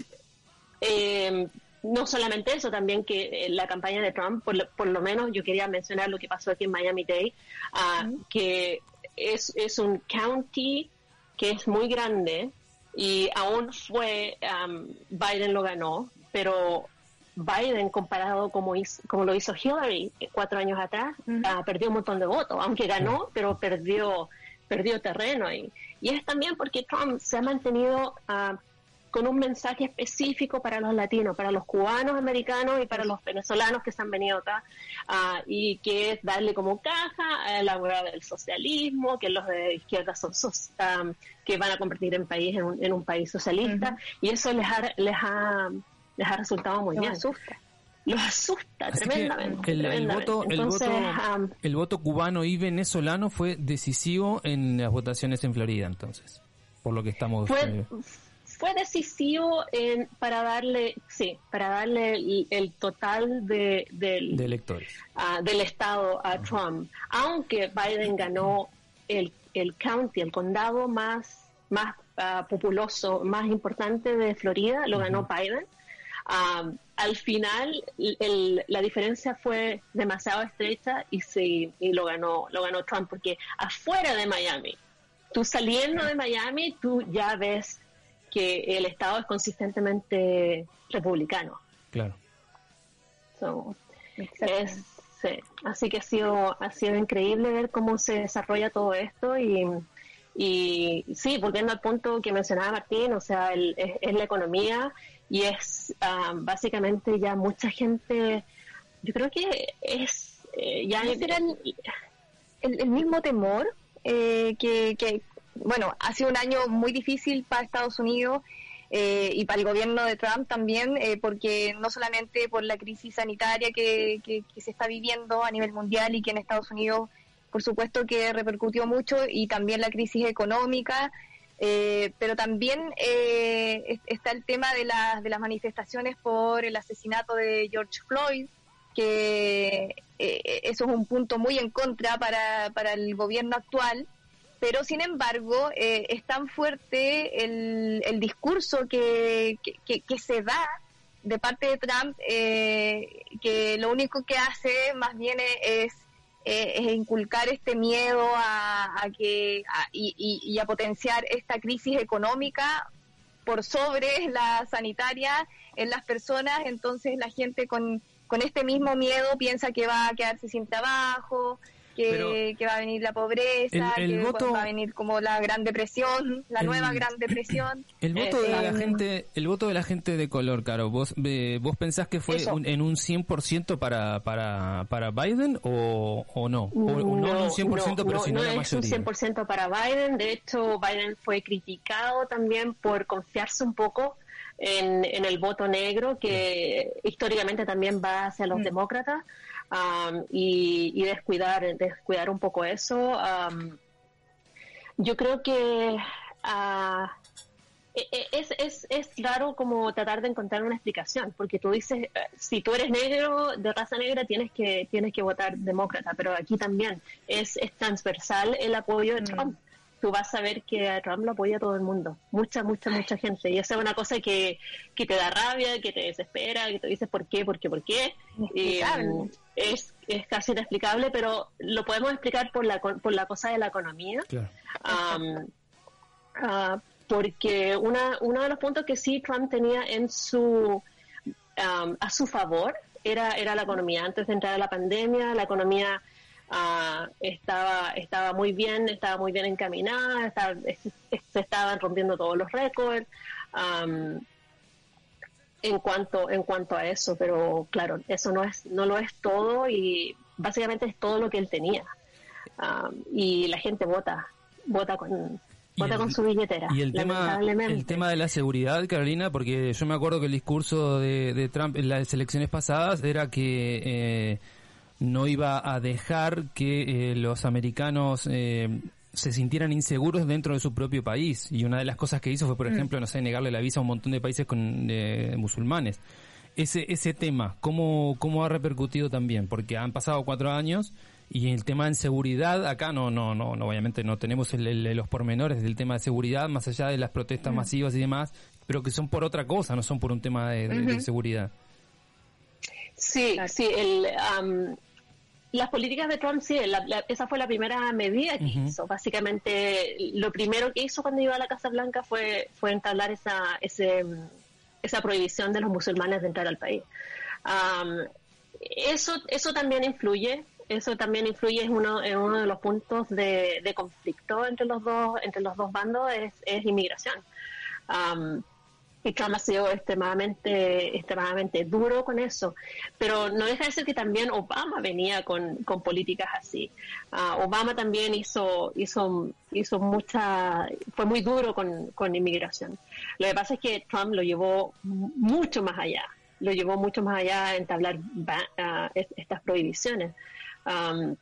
eh, no solamente eso, también que la campaña de Trump, por lo, por lo menos yo quería mencionar lo que pasó aquí en Miami-Dade, uh, uh-huh. que es, es un county que es muy grande, y aún fue, um, Biden lo ganó, pero Biden, comparado como hizo, como lo hizo Hillary cuatro años atrás, uh-huh. uh, perdió un montón de votos, aunque ganó, pero perdió perdió terreno ahí. Y es también porque Trump se ha mantenido uh, con un mensaje específico para los latinos, para los cubanos americanos y para los venezolanos que se han venido acá, uh, y que es darle como caja a la hueá del socialismo, que los de izquierda son so, um, que van a convertir el país en un, en un país socialista, uh-huh. y eso les ha, les ha les ha resultado muy los bien. Asusta. Los asusta Así tremendamente. El, tremendamente. el, voto, Entonces, el, voto, um, el voto cubano y venezolano fue decisivo en las votaciones en Florida, entonces, por lo que estamos... Fue, eh... fue decisivo en, para darle, sí, para darle el, el total de, del, de electores uh, del estado a uh-huh. Trump. Aunque Biden ganó el, el county, el condado más, más uh, populoso, más importante de Florida, lo uh-huh. ganó Biden. Um, al final el, la diferencia fue demasiado estrecha y sí, y lo ganó lo ganó Trump, porque afuera de Miami, tú saliendo de Miami, tú ya ves que el estado es consistentemente republicano. Claro. So, es, sí. Así que ha sido ha sido increíble ver cómo se desarrolla todo esto, y y sí, volviendo al punto que mencionaba Martín, o sea, el, es, es la economía. Y es um, básicamente ya mucha gente, yo creo que es eh, ya será el, el, el mismo temor eh, que, que, bueno, ha sido un año muy difícil para Estados Unidos eh, y para el gobierno de Trump también, eh, porque no solamente por la crisis sanitaria que, que, que se está viviendo a nivel mundial y que en Estados Unidos, por supuesto que repercutió mucho, y también la crisis económica. Eh, pero también eh, está el tema de, la, de las manifestaciones por el asesinato de George Floyd, que eh, eso es un punto muy en contra para, para el gobierno actual, pero sin embargo eh, es tan fuerte el, el discurso que, que, que se da de parte de Trump, eh, que lo único que hace más bien es Eh, es inculcar este miedo a, a que a, y, y, y a potenciar esta crisis económica por sobre la sanitaria en las personas, entonces la gente con, con este mismo miedo piensa que va a quedarse sin trabajo, que, Pero que va a venir la pobreza, el, el que voto, va a venir como la Gran Depresión, la el, nueva Gran Depresión. El voto eh, de la eh, gente, el voto de la gente de color, Caro, ¿vos eh, vos pensás que fue un, en un cien por ciento para para para Biden o, o no? O, no, no en un cien por ciento, no, pero no, sino no la es mayoría. Un cien por ciento para Biden, de hecho Biden fue criticado también por confiarse un poco en, en el voto negro, que sí. históricamente también va hacia los mm. demócratas. Um, y, y descuidar descuidar un poco eso. Um, yo creo que uh, es, es, es raro como tratar de encontrar una explicación, porque tú dices, si tú eres negro, de raza negra, tienes que tienes que votar demócrata, pero aquí también es, es transversal el apoyo de mm. Trump. Tú vas a ver que a Trump lo apoya todo el mundo, mucha, mucha, mucha gente, y esa es una cosa que, que te da rabia, que te desespera, que te dices por qué, por qué, por qué. Y, um, es, es casi inexplicable, pero lo podemos explicar por la por la cosa de la economía. Claro. Um, uh, porque una uno de los puntos que sí Trump tenía en su um, a su favor era era la economía. Antes de entrar a la pandemia, la economía Uh, estaba estaba muy bien, estaba muy bien encaminada, estaba, se estaban rompiendo todos los récords um, en cuanto en cuanto a eso, pero claro, eso no es no lo es todo, y básicamente es todo lo que él tenía, um, y la gente vota vota con vota el, con su billetera. Y el tema el tema de la seguridad, Carolina, porque yo me acuerdo que el discurso de, de Trump en las elecciones pasadas era que eh, no iba a dejar que eh, los americanos eh, se sintieran inseguros dentro de su propio país, y una de las cosas que hizo fue, por mm. ejemplo, no sé, negarle la visa a un montón de países con eh, musulmanes. Ese ese tema, ¿cómo cómo ha repercutido también? Porque han pasado cuatro años y el tema de seguridad acá no no no, no obviamente no tenemos el, el, los pormenores del tema de seguridad, más allá de las protestas mm. masivas y demás, pero que son por otra cosa, no son por un tema de, de, uh-huh. de seguridad. Sí, claro. sí, el, um, las políticas de Trump, sí, la, la, esa fue la primera medida que uh-huh. hizo. Básicamente, lo primero que hizo cuando iba a la Casa Blanca fue fue entablar esa ese, esa prohibición de los musulmanes de entrar al país. Um, eso eso también influye, eso también influye, es uno, es uno de los puntos de, de conflicto entre los dos entre los dos bandos, es, es inmigración. Um, Y Trump ha sido extremadamente, extremadamente duro con eso. Pero no deja de ser que también Obama venía con, con políticas así. Uh, Obama también hizo, hizo, hizo mucha, fue muy duro con, con inmigración. Lo que pasa es que Trump lo llevó mucho más allá. Lo llevó mucho más allá a entablar uh, estas prohibiciones. Um,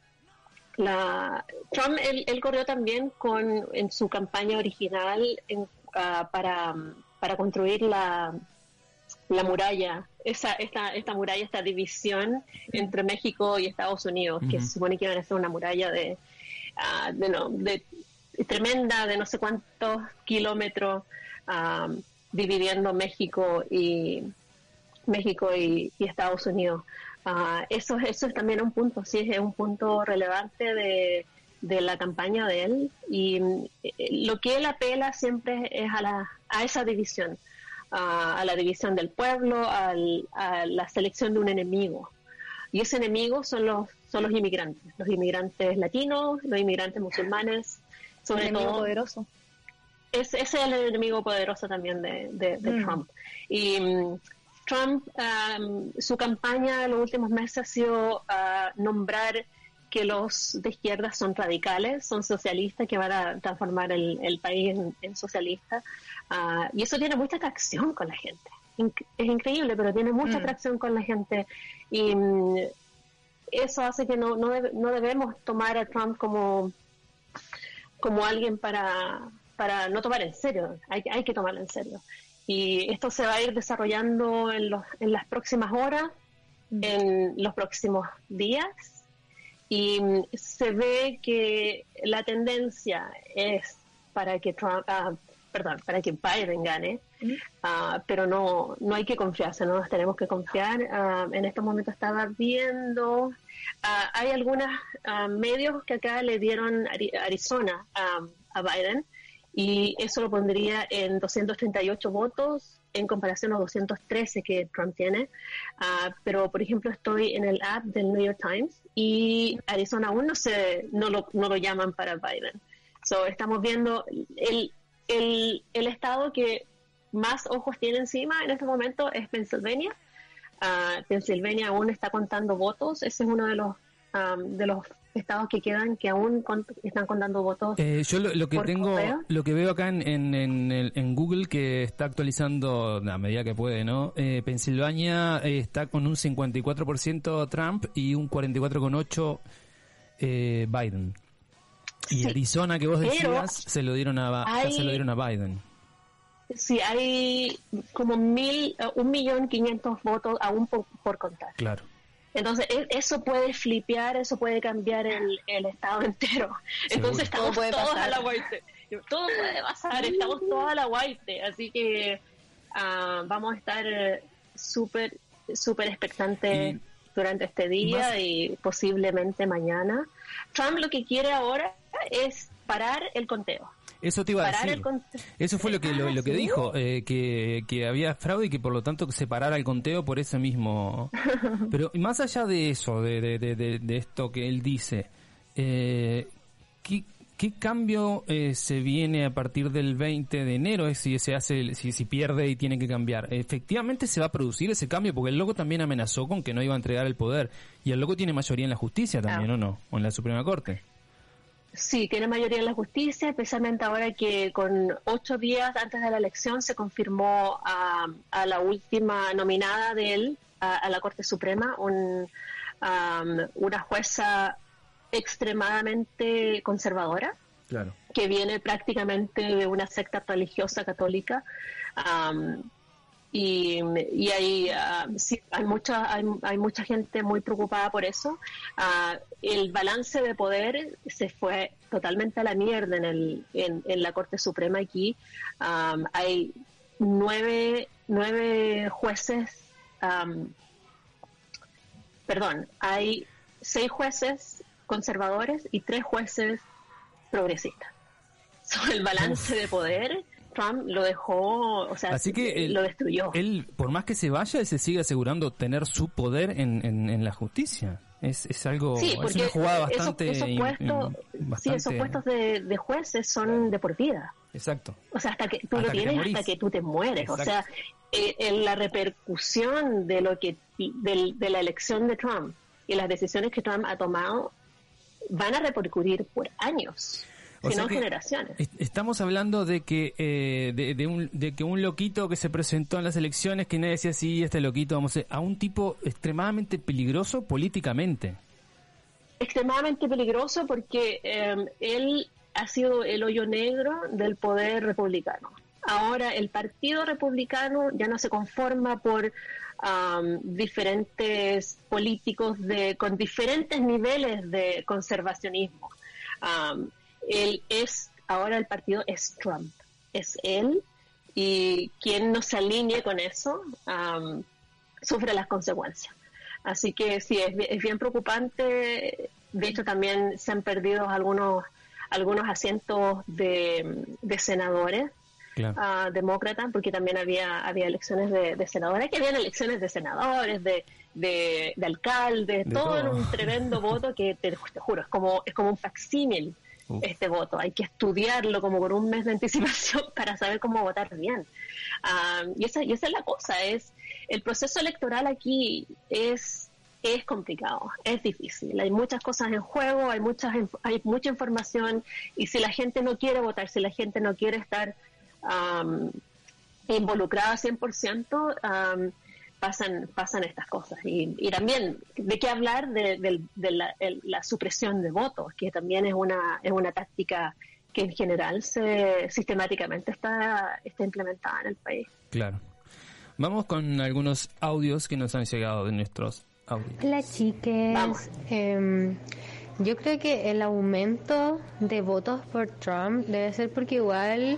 la, Trump, él, él corrió también con, en su campaña original en, uh, para... para construir la, la muralla, esa esta esta muralla, esta división entre México y Estados Unidos, uh-huh. que se supone que iban a ser una muralla de, uh, de, no, de tremenda, de no sé cuántos kilómetros, uh, dividiendo México y México y, y Estados Unidos. Uh, eso, eso es también un punto, sí, es un punto relevante de de la campaña de él, y eh, lo que él apela siempre es a la a esa división, uh, a la división del pueblo, al, a la selección de un enemigo, y ese enemigo son los son los inmigrantes, los inmigrantes latinos, los inmigrantes musulmanes, sobre el enemigo todo poderoso. Es, ese es el enemigo poderoso también de, de, de mm. Trump. Y um, Trump, um, su campaña en los últimos meses ha sido uh, nombrar que los de izquierda son radicales, son socialistas, que van a transformar el, el país en, en socialista. Uh, y eso tiene mucha atracción con la gente. Inc- es increíble, pero tiene mucha mm. atracción con la gente. Y um, eso hace que no no, debe, no debemos tomar a Trump como, como alguien para, para no tomar en serio. Hay, hay que tomarlo en serio. Y esto se va a ir desarrollando en, los, en las próximas horas, mm. en los próximos días. Y se ve que la tendencia es para que Trump, uh, perdón, para que Biden gane, uh-huh. uh, pero no no hay que confiarse, no nos tenemos que confiar. Uh, en estos momentos estaba viendo, uh, hay algunos uh, medios que acá le dieron Ari- Arizona um, a Biden, y eso lo pondría en doscientos treinta y ocho votos en comparación a los doscientos trece que Trump tiene. Uh, pero, por ejemplo, estoy en el app del New York Times y Arizona aún no se no lo, no lo llaman para Biden. So, estamos viendo el, el, el estado que más ojos tiene encima en este momento es Pennsylvania. Uh, Pennsylvania aún está contando votos. Ese es uno de los um, de los estados que quedan que aún cont- están contando votos. Eh, yo lo, lo que tengo, correo. lo que veo acá en, en, en, el, en Google, que está actualizando a medida que puede, ¿no? Eh, Pensilvania eh, está con un cincuenta y cuatro por ciento Trump y un cuarenta y cuatro coma ocho por ciento eh, Biden. Y sí, Arizona, que vos decías, se lo dieron a hay, ya se lo dieron a Biden. Sí, hay como mil, uh, un millón quinientos votos aún por, por contar. Claro. Entonces, eso puede flipear, eso puede cambiar el, el estado entero. Seguro. Entonces, estamos puede todos pasar. a la guaite. Todo puede pasar, estamos todos a la guaite. Así que uh, vamos a estar súper, súper expectantes durante este día más, y posiblemente mañana. Trump lo que quiere ahora es parar el conteo. Eso te iba a decir. Eso fue lo que lo, lo que ¿Sí? dijo, eh, que, que había fraude y que por lo tanto se parara el conteo por eso mismo. Pero más allá de eso, de, de, de, de esto que él dice, eh, ¿qué, qué cambio eh, se viene a partir del veinte de enero? Es si se hace, si, si pierde y tiene que cambiar. Efectivamente se va a producir ese cambio, porque el loco también amenazó con que no iba a entregar el poder. Y el loco tiene mayoría en la justicia también, ah. ¿o no? O en la Suprema Corte. Sí, tiene mayoría en la justicia, especialmente ahora que con ocho días antes de la elección se confirmó a, a la última nominada de él a, a la Corte Suprema, un, um, una jueza extremadamente conservadora, claro, que viene prácticamente de una secta religiosa católica. Um, Y, y hay, uh, sí, hay mucha hay, hay mucha gente muy preocupada por eso. Uh, el balance de poder se fue totalmente a la mierda en el en, en la Corte Suprema aquí. Um, hay nueve nueve jueces, um, perdón, hay seis jueces conservadores y tres jueces progresistas. So, el balance de poder Trump lo dejó, o sea, así que él, lo destruyó. Él, por más que se vaya, él se sigue asegurando tener su poder en, en, en la justicia. Es, es algo, sí, es una jugada bastante... Esos, esos puestos, bastante... sí, esos puestos de, de jueces son de por vida. Exacto. O sea, hasta que tú hasta lo tienes hasta que tú te mueres. Exacto. O sea, eh, en la repercusión de lo que de, de la elección de Trump y las decisiones que Trump ha tomado van a repercutir por años. O sino sea generaciones. Estamos hablando de que eh, de, de, un, de que un loquito que se presentó en las elecciones, que nadie decía, sí, este loquito, vamos a, a un tipo extremadamente peligroso políticamente. Extremadamente peligroso porque eh, él ha sido el hoyo negro del poder republicano. Ahora el Partido Republicano ya no se conforma por um, diferentes políticos de con diferentes niveles de conservacionismo. Um, Él es, ahora el partido es Trump, es él, y quien no se alinee con eso um, sufre las consecuencias. Así que sí, es, es bien preocupante. De hecho, también se han perdido algunos algunos asientos de, de senadores, claro, uh, demócratas, porque también había había elecciones de, de senadores, que habían elecciones de senadores, de de, de alcaldes, de todo, todo en un tremendo voto que te, te juro, es como es como un facsímil. Este voto, hay que estudiarlo como con un mes de anticipación para saber cómo votar bien. Um, y, esa, y esa es la cosa, es el proceso electoral aquí es es complicado, es difícil, hay muchas cosas en juego, hay muchas hay mucha información, y si la gente no quiere votar, si la gente no quiere estar um, involucrada cien por ciento, um, pasan pasan estas cosas. Y, y también, ¿de qué hablar? De, de, de la, el, la supresión de votos, que también es una es una táctica que en general se sistemáticamente está, está implementada en el país. Claro. Vamos con algunos audios que nos han llegado de nuestros audios. Hola, chiques. Eh, yo creo que el aumento de votos por Trump debe ser porque igual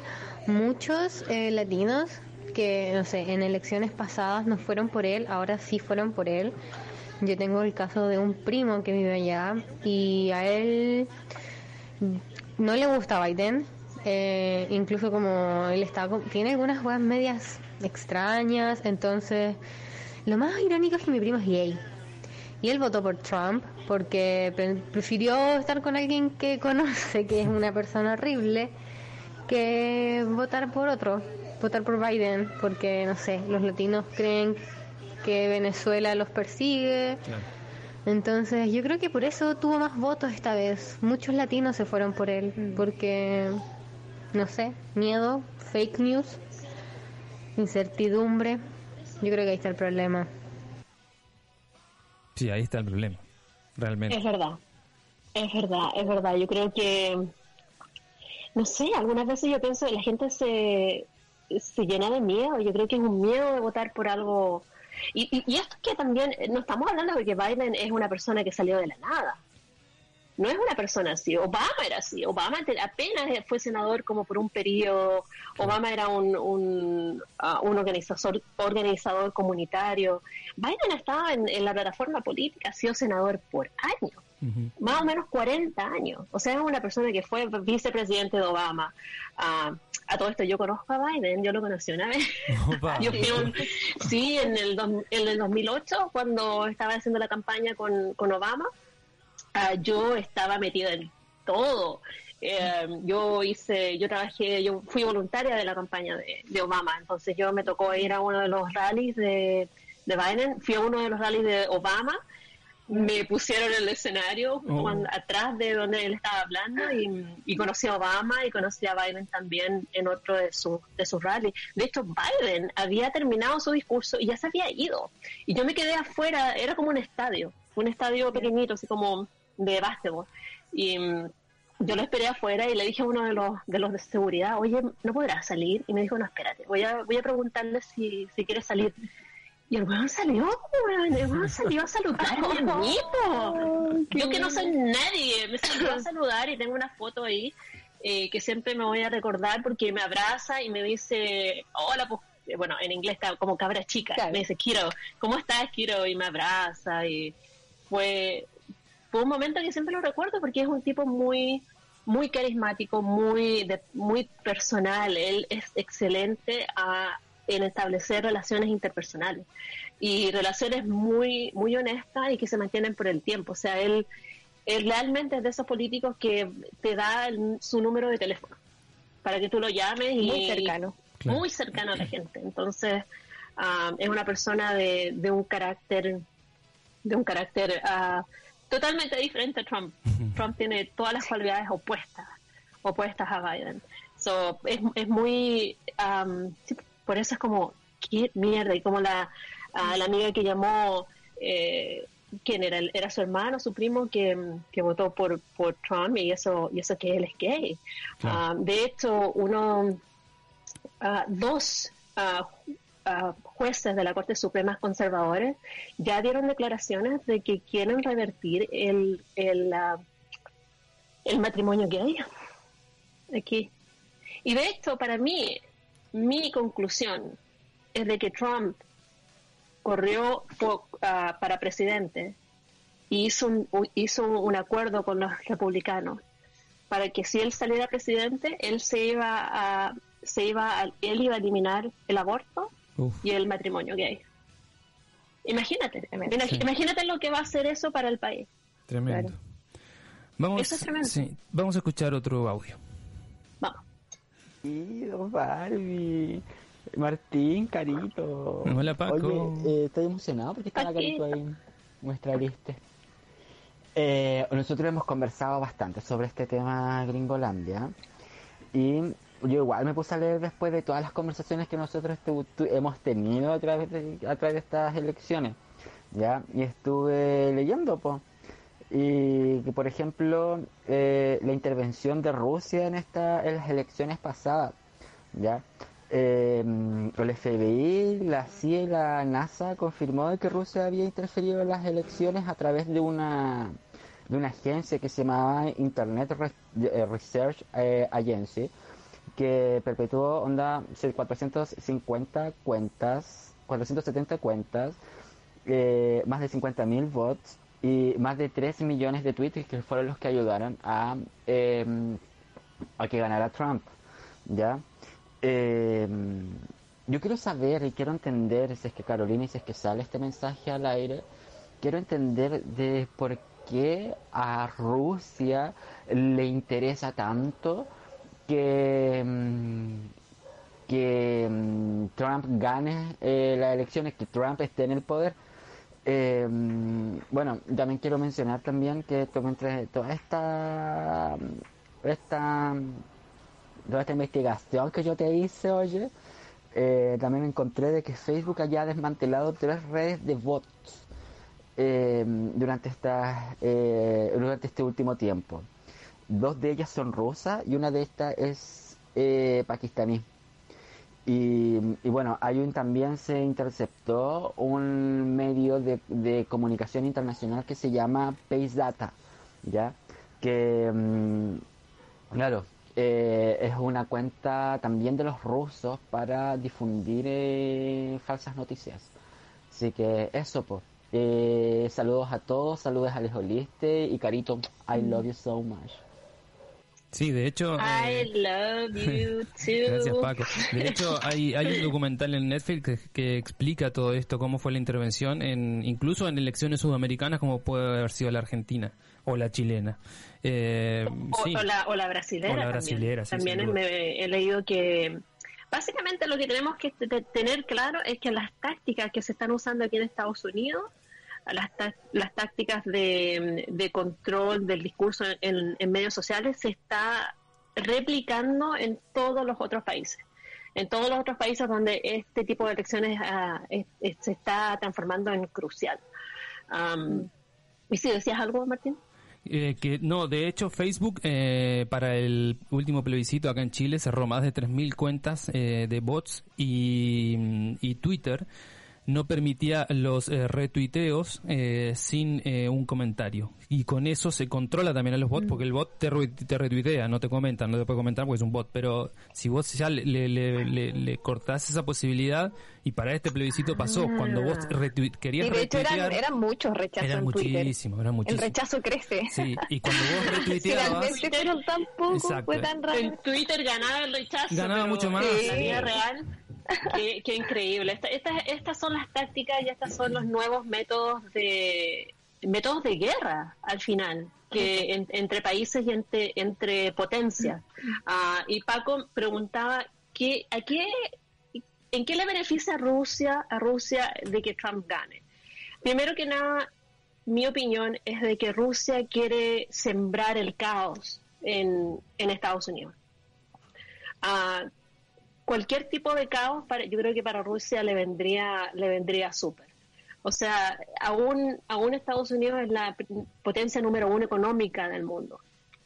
muchos eh, latinos que, no sé, en elecciones pasadas no fueron por él, ahora sí fueron por él. Yo tengo el caso de un primo que vive allá y a él no le gusta Biden, eh, incluso como él está, tiene algunas weas medias extrañas, entonces lo más irónico es que mi primo es gay y él votó por Trump porque pre- prefirió estar con alguien que conoce que es una persona horrible que votar por otro, votar por Biden, porque no sé, los latinos creen que Venezuela los persigue. Claro. Entonces yo creo que por eso tuvo más votos esta vez. Muchos latinos se fueron por él, porque, no sé, miedo, fake news, incertidumbre. Yo creo que ahí está el problema. Sí, ahí está el problema, realmente. Es verdad, es verdad, es verdad. Yo creo que, no sé, algunas veces yo pienso que la gente se, se llena de miedo. Yo creo que es un miedo de votar por algo. Y, y, y esto que también, no estamos hablando de que Biden es una persona que salió de la nada. No es una persona así. Obama era así. Obama apenas fue senador como por un periodo. Obama era un, un, uh, un organizador, organizador comunitario. Biden estaba en, en la plataforma política, ha sido senador por años. Uh-huh. Más o menos cuarenta años. O sea, es una persona que fue vicepresidente de Obama. Uh, a todo esto yo conozco a Biden, yo lo conocí una vez. yo fui un, sí, en el, dos, en el dos mil ocho, cuando estaba haciendo la campaña con, con Obama, uh, yo estaba metida en todo. Uh, yo hice, yo trabajé, yo fui voluntaria de la campaña de, de Obama, entonces yo me tocó ir a uno de los rallies de, de Biden, fui a uno de los rallies de Obama. Me pusieron en el escenario oh. cuando, atrás de donde él estaba hablando y, y conocí a Obama y conocí a Biden también en otro de sus de sus rallies. De hecho, Biden había terminado su discurso y ya se había ido. Y yo me quedé afuera, era como un estadio, un estadio pequeñito, así como de básquetbol. Y um, yo lo esperé afuera y le dije a uno de los de los de seguridad, oye, ¿no podrás salir? Y me dijo, no, espérate, voy a voy a preguntarle si, si quiere salir. Y el weón salió, weón, el weón salió a saludarme a mí, po. Yo que no soy nadie, me salió a saludar y tengo una foto ahí eh, que siempre me voy a recordar porque me abraza y me dice, hola, pues, bueno, en inglés como cabra chica, claro. Me dice, Kiro, ¿cómo estás, Kiro? Y me abraza y fue, fue un momento que siempre lo recuerdo porque es un tipo muy, muy carismático, muy, de, muy personal, él es excelente a en establecer relaciones interpersonales y relaciones muy muy honestas y que se mantienen por el tiempo. O sea, él, él realmente es de esos políticos que te da el, su número de teléfono para que tú lo llames y muy cercano claro. Muy cercano a la gente. Entonces uh, es una persona de, de un carácter de un carácter uh, totalmente diferente a Trump. Trump tiene todas las cualidades opuestas opuestas a Biden. So, es, es muy um, por eso es como, qué mierda, y como la, a la amiga que llamó, eh, ¿quién era? Era su hermano, su primo, que, que votó por, por Trump, y eso y eso que él es gay. Claro. Uh, de hecho, uno, uh, dos uh, uh, jueces de la Corte Suprema conservadores ya dieron declaraciones de que quieren revertir el, el, uh, el matrimonio gay aquí. Y de hecho, para mí, mi conclusión es de que Trump corrió por, uh, para presidente y hizo un, hizo un acuerdo con los republicanos para que si él saliera presidente, él se iba a, se iba a, él iba a eliminar el aborto Uf. Y el matrimonio gay. Imagínate, sí. Imagínate lo que va a hacer eso para el país. Tremendo. Claro. Vamos, eso es tremendo. Sí, vamos a escuchar otro audio. Vamos. Querido Barbie, Martín, Carito. Hola, Paco. Oye, eh, estoy emocionado porque está la Carito ahí, nuestra lista. Eh, nosotros hemos conversado bastante sobre este tema Gringolandia y yo igual me puse a leer después de todas las conversaciones que nosotros tu, tu, hemos tenido a través de a través de estas elecciones, ya, y estuve leyendo, po. Y que, por ejemplo, eh, la intervención de Rusia en esta en las elecciones pasadas, ya, eh, el F B I, la C I A y la NASA confirmó que Rusia había interferido en las elecciones a través de una de una agencia que se llamaba Internet Research Agency, que perpetuó onda cuatrocientas cincuenta cuentas, cuatrocientas setenta cuentas, eh, más de cincuenta mil bots y más de tres millones de tweets que fueron los que ayudaron a eh, a que ganara Trump, ¿ya? Eh, yo quiero saber y quiero entender, si es que Carolina y si es que sale este mensaje al aire, quiero entender de por qué a Rusia le interesa tanto que, que Trump gane eh, las elecciones, que Trump esté en el poder. Eh, bueno, también quiero mencionar también que entre toda esta, esta, toda esta investigación que yo te hice, oye, eh, también encontré de que Facebook haya desmantelado tres redes de bots eh, durante esta, eh, durante este último tiempo. Dos de ellas son rusas y una de estas es eh, pakistaní. Y, y bueno, hay un, también se interceptó un medio de, de comunicación internacional que se llama Pace Data, ¿ya? Que, mmm, claro, eh, es una cuenta también de los rusos para difundir eh, falsas noticias. Así que eso, pues. Eh, saludos a todos, saludos a Lejoliste y Carito, I love you so much. Sí, de hecho... I eh, love you too. Gracias, Paco. De hecho, hay, hay un documental en Netflix que, que explica todo esto, cómo fue la intervención, en incluso en elecciones sudamericanas, como puede haber sido la argentina o la chilena. Eh, o, sí. o, la, o la brasilera. O la brasilera, también, sí, también me, he leído que... Básicamente lo que tenemos que t- tener claro es que las tácticas que se están usando aquí en Estados Unidos, las, ta- las tácticas de, de control del discurso en, en medios sociales, se está replicando en todos los otros países. En todos los otros países donde este tipo de elecciones uh, es, es, se está transformando en crucial. Um, ¿Y si decías algo, Martín? Eh, que no, de hecho Facebook eh, para el último plebiscito acá en Chile cerró más de tres mil cuentas eh, de bots y, y Twitter no permitía los eh, retuiteos eh, sin eh, un comentario. Y con eso se controla también a los bots, porque el bot te, re- te retuitea, no te comenta, no te puede comentar porque es un bot. Pero si vos ya le, le, le, le cortás esa posibilidad, y para este plebiscito pasó, ah. cuando vos retuit- querías y de hecho retuitear... eran, eran muchos rechazos eran en Twitter. muchísimos, eran muchísimos. El rechazo crece. Sí, y cuando vos retuiteabas... Si realmente fueron tan pocos, Exacto. fue tan raro. En Twitter ganaba el rechazo. Ganaba pero mucho más. En la vida real... Qué, qué increíble. Esta, esta, estas son las tácticas y estos son los nuevos métodos de métodos de guerra al final, que en, entre países y entre, entre potencias. Uh, y Paco preguntaba ¿qué, a qué, ¿en qué le beneficia a Rusia, a Rusia de que Trump gane? Primero que nada, mi opinión es de que Rusia quiere sembrar el caos en, en Estados Unidos. Uh, Cualquier tipo de caos, para, yo creo que para Rusia le vendría le vendría súper. O sea, aún, aún Estados Unidos es la potencia número uno económica del mundo.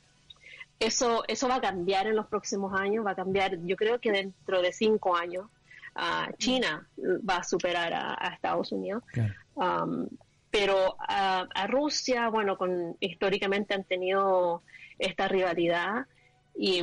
Eso eso va a cambiar en los próximos años, va a cambiar, yo creo que dentro de cinco años, uh, China va a superar a, a Estados Unidos. Claro. Um, pero a, a Rusia, bueno, con históricamente han tenido esta rivalidad y...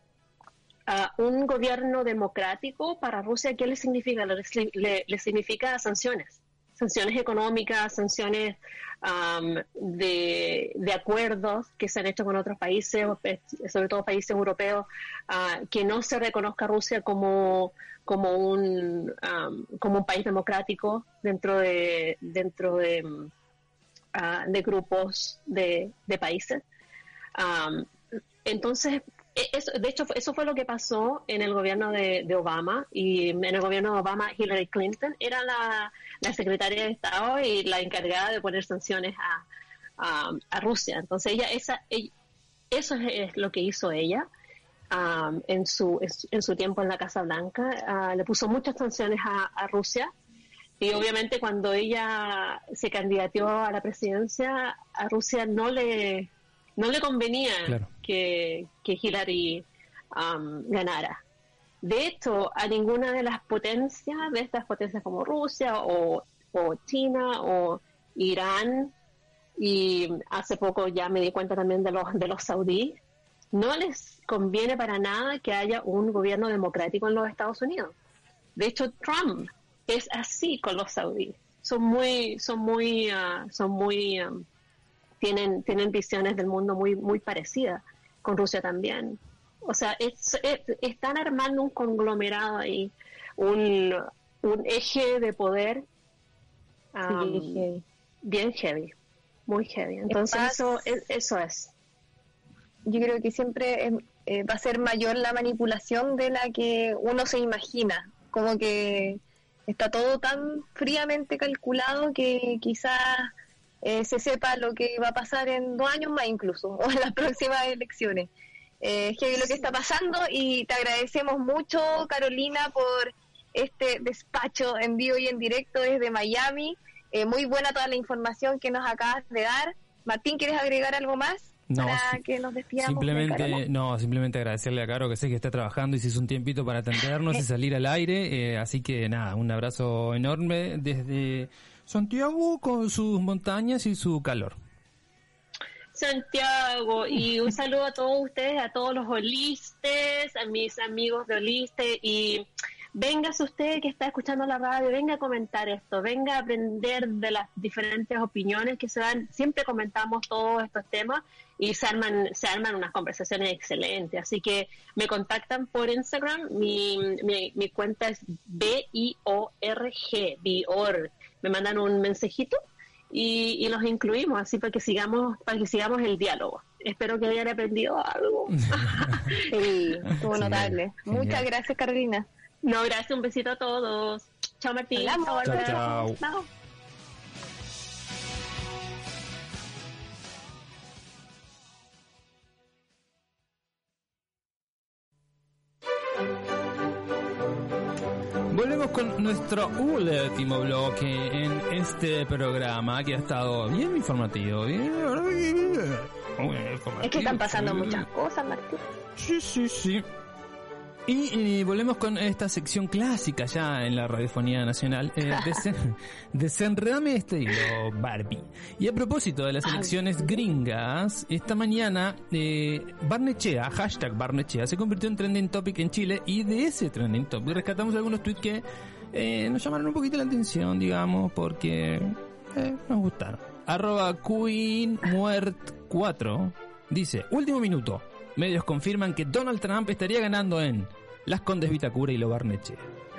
Uh, un gobierno democrático para Rusia, ¿qué le significa? Le, le, le significa sanciones, sanciones económicas, sanciones um, de, de acuerdos que se han hecho con otros países, sobre todo países europeos, uh, que no se reconozca a Rusia como, como, un, um, como un país democrático dentro de, dentro de, uh, de grupos de, de países. Um, entonces, Eso, de hecho, eso fue lo que pasó en el gobierno de, de Obama, y en el gobierno de Obama Hillary Clinton era la, la secretaria de Estado y la encargada de poner sanciones a, a, a Rusia. Entonces ella, esa, ella, eso es, es lo que hizo ella um, en, su, en su tiempo en la Casa Blanca. Uh, le puso muchas sanciones a, a Rusia, y obviamente cuando ella se candidateó a la presidencia, a Rusia no le... No le convenía claro. que, que Hillary um, ganara. De hecho, a ninguna de las potencias, de estas potencias como Rusia o, o China o Irán, y hace poco ya me di cuenta también de los, de los saudíes, no les conviene para nada que haya un gobierno democrático en los Estados Unidos. De hecho, Trump es así con los saudíes. Son muy, son muy, uh, son muy... Um, Tienen, tienen visiones del mundo muy muy parecidas, con Rusia también. O sea, es, es, están armando un conglomerado ahí, un, un eje de poder um, sí, heavy. bien heavy, muy heavy. Entonces Más, eso, es, eso es. Yo creo que siempre eh, va a ser mayor la manipulación de la que uno se imagina, como que está todo tan fríamente calculado que quizás eh, se sepa lo que va a pasar en dos años más incluso, o en las próximas elecciones. Eh, es que lo que está pasando, y te agradecemos mucho, Carolina, por este despacho en vivo y en directo desde Miami. Eh, muy buena toda la información que nos acabas de dar. Martín, ¿quieres agregar algo más? No, para que nos despidamos. simplemente, no, simplemente agradecerle a Caro, que sé que está trabajando y se hizo un tiempito para atendernos y salir al aire, eh, así que nada, un abrazo enorme desde Santiago con sus montañas y su calor. Santiago, y un saludo a todos ustedes, a todos los holistes, a mis amigos de Holiste, y véngase usted que está escuchando la radio, venga a comentar esto, venga a aprender de las diferentes opiniones que se dan. Siempre comentamos todos estos temas y se arman, se arman unas conversaciones excelentes. Así que me contactan por Instagram, mi, mi, mi cuenta es B I O R G, Biorg. Me mandan un mensajito y, y los incluimos, así para que sigamos, para que sigamos el diálogo. Espero que hayan aprendido algo. Sí, estuvo Sí, notable. genial. Muchas gracias, Carolina. No, gracias, un besito a todos. Chao, Martín. Hablamos. Chao, chao. Chao. Volvemos con nuestro último bloque en este programa, que ha estado bien informativo, bien, muy informativo. Es que están pasando sí. muchas cosas, Martín. Sí, sí, sí. Y, y volvemos con esta sección clásica ya en la radiofonía nacional, eh, desen- desenredame este hilo, Barbie. Y a propósito de las elecciones gringas, esta mañana eh, Barnechea, hashtag Barnechea, se convirtió en trending topic en Chile, y de ese trending topic rescatamos algunos tweets que eh, nos llamaron un poquito la atención, digamos, porque eh, nos gustaron. Arroba Queen Muert cuatro dice: último minuto. Medios confirman que Donald Trump estaría ganando en Las Condes Vitacura y Lo Barnechea.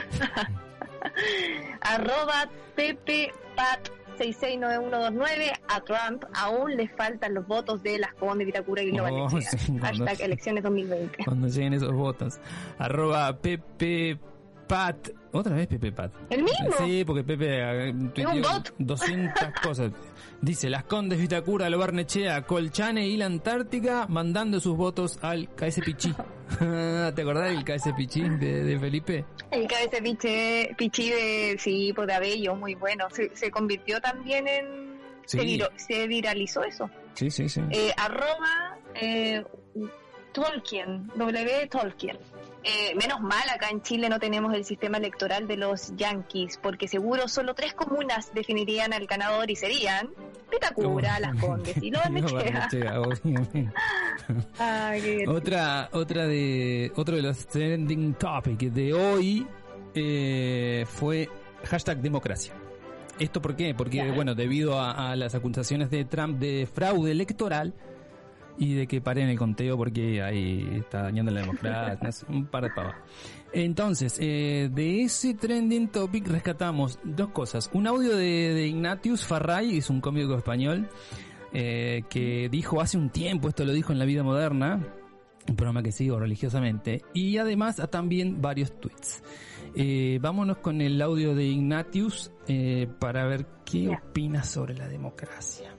Arroba Pepe Pat seis seis nueve uno dos nueve. A Trump aún le faltan los votos de Las Condes, Vitacura y Lo Oh, Barnechea. sí, cuando- Hashtag elecciones dos mil veinte. Cuando lleguen esos votos. Arroba Pepe Pat. Otra vez Pepe Pat. ¿El mismo? Sí, porque Pepe eh, tuiteó un bot? doscientas cosas. Dice: Las Condes Vitacura, Lo Barnechea, Colchane y la Antártica mandando sus votos al K S Pichí. ¿Te acordás del K S Pichí de, de Felipe? El K S Pichí, Pichí de, sí, pues de Abello, muy bueno. Se, se convirtió también en... Sí. Se, viro- se viralizó eso. Sí, sí, sí. Eh, arroba eh, Tolkien, W Tolkien. Eh, menos mal, acá en Chile no tenemos el sistema electoral de los yanquis, porque seguro solo tres comunas definirían al ganador y serían Vitacura, Las Condes y Lo Lo Barnechea. Barnechea, obviamente. Ay, qué divertido. Otra, otra de, otro de los trending topics de hoy eh, fue hashtag democracia. ¿Esto por qué? Porque, Claro. bueno, debido a, a las acusaciones de Trump de fraude electoral y de que paren el conteo porque ahí está dañando la democracia, no sé, un par de pavas. Entonces, eh, de ese trending topic rescatamos dos cosas. Un audio de, de Ignatius Farray, es un cómico español, eh, que dijo hace un tiempo, esto lo dijo en La Vida Moderna, un programa que sigo religiosamente, y además a también varios tweets. Eh, vámonos con el audio de Ignatius eh, para ver qué Ya. opina sobre la democracia.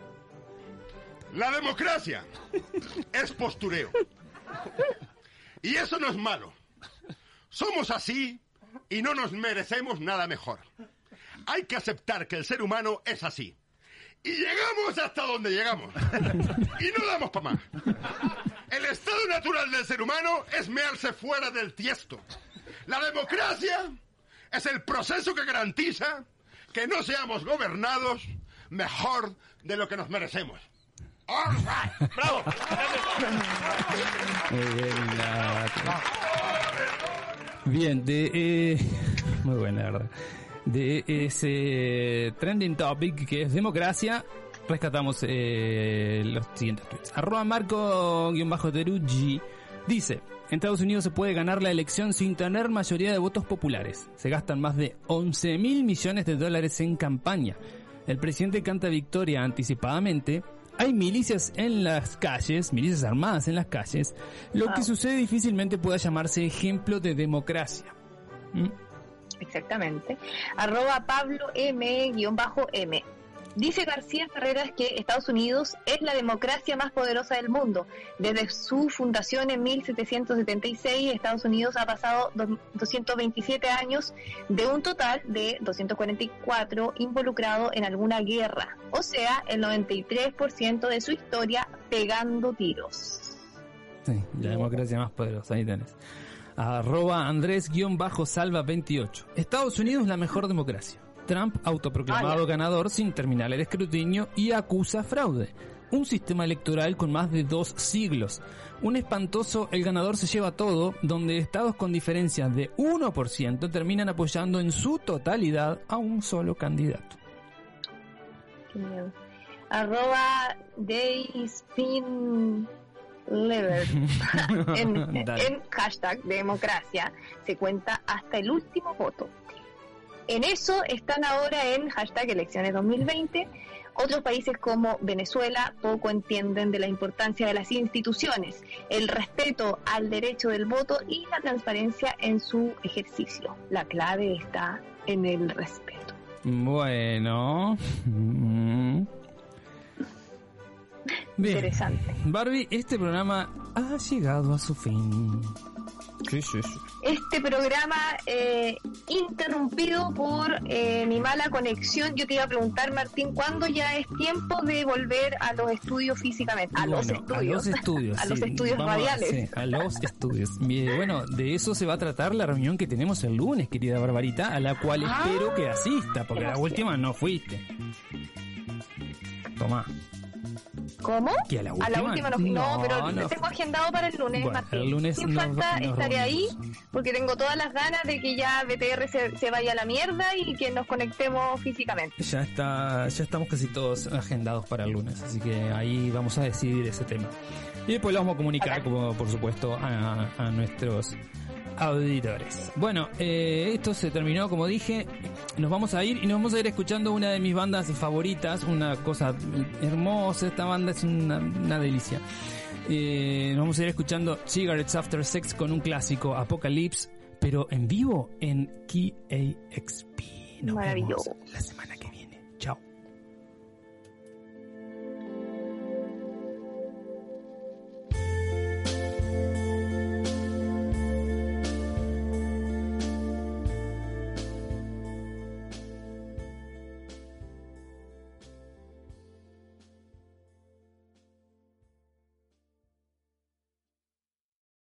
La democracia es postureo. Y eso no es malo. Somos así y no nos merecemos nada mejor. Hay que aceptar que el ser humano es así. Y llegamos hasta donde llegamos. Y no damos para más. El estado natural del ser humano es mearse fuera del tiesto. La democracia es el proceso que garantiza que no seamos gobernados mejor de lo que nos merecemos. All right. ¡Bravo! Muy bien, la- Bien, de eh, muy buena, la verdad. De ese trending topic que es democracia, rescatamos eh, los siguientes tweets. Arroba Marco-Teruggi Dice, en Estados Unidos se puede ganar la elección sin tener mayoría de votos populares. Se gastan más de once mil millones de dólares en campaña. El presidente canta victoria anticipadamente. Hay milicias en las calles, milicias armadas en las calles, lo wow. que sucede difícilmente pueda llamarse ejemplo de democracia. ¿Mm? Exactamente. Arroba Pablo M guión bajo M. Dice García Ferreras que Estados Unidos es la democracia más poderosa del mundo. Desde su fundación en mil setecientos setenta y seis, Estados Unidos ha pasado doscientos veintisiete años de un total de doscientos cuarenta y cuatro involucrado en alguna guerra. O sea, el noventa y tres por ciento de su historia pegando tiros. Sí, la democracia más poderosa, ahí tenés. Arroba Andrés-Salva veintiocho. Estados Unidos es la mejor democracia. Trump autoproclamado ah, ganador sin terminar el escrutinio y acusa fraude. Un sistema electoral con más de dos siglos. Un espantoso el ganador se lleva todo, donde estados con diferencias de uno por ciento terminan apoyando en su totalidad a un solo candidato. Qué miedo. Arroba Dayspin Lever. en, en hashtag democracia se cuenta hasta el último voto. En eso están ahora en hashtag elecciones dos mil veinte. Otros países como Venezuela poco entienden de la importancia de las instituciones, el respeto al derecho del voto y la transparencia en su ejercicio. La clave está en el respeto. Bueno. Bien. Interesante. Barbie, este programa ha llegado a su fin. Sí, sí, sí. Este programa eh, interrumpido por eh, mi mala conexión. Yo te iba a preguntar, Martín, ¿cuándo ya es tiempo de volver a los estudios físicamente? A bueno, los estudios. A los estudios, a sí. los estudios Vamos, radiales. Sí, a los estudios. Y, bueno, de eso se va a tratar la reunión que tenemos el lunes, querida Barbarita, a la cual ah, espero que asista, porque la última no fuiste. Tomá. ¿Cómo? ¿Que a la última? A la última no fui, no, no pero no. tengo agendado para el lunes, bueno, Martín. El lunes Sin nos, falta nos estaré reunimos. ahí, porque tengo todas las ganas de que ya B T R se, se vaya a la mierda y que nos conectemos físicamente. Ya está, ya estamos casi todos agendados para el lunes, así que ahí vamos a decidir ese tema. Y después lo vamos a comunicar, como por supuesto, a, a nuestros auditores. Bueno, eh, esto se terminó, como dije. Nos vamos a ir y nos vamos a ir escuchando una de mis bandas favoritas, una cosa hermosa. Esta banda es una, una delicia. Eh, nos vamos a ir escuchando Cigarettes After Sex con un clásico, Apocalypse, pero en vivo en Key A X P. Nos Maravilloso. vemos la semana que viene. Chao.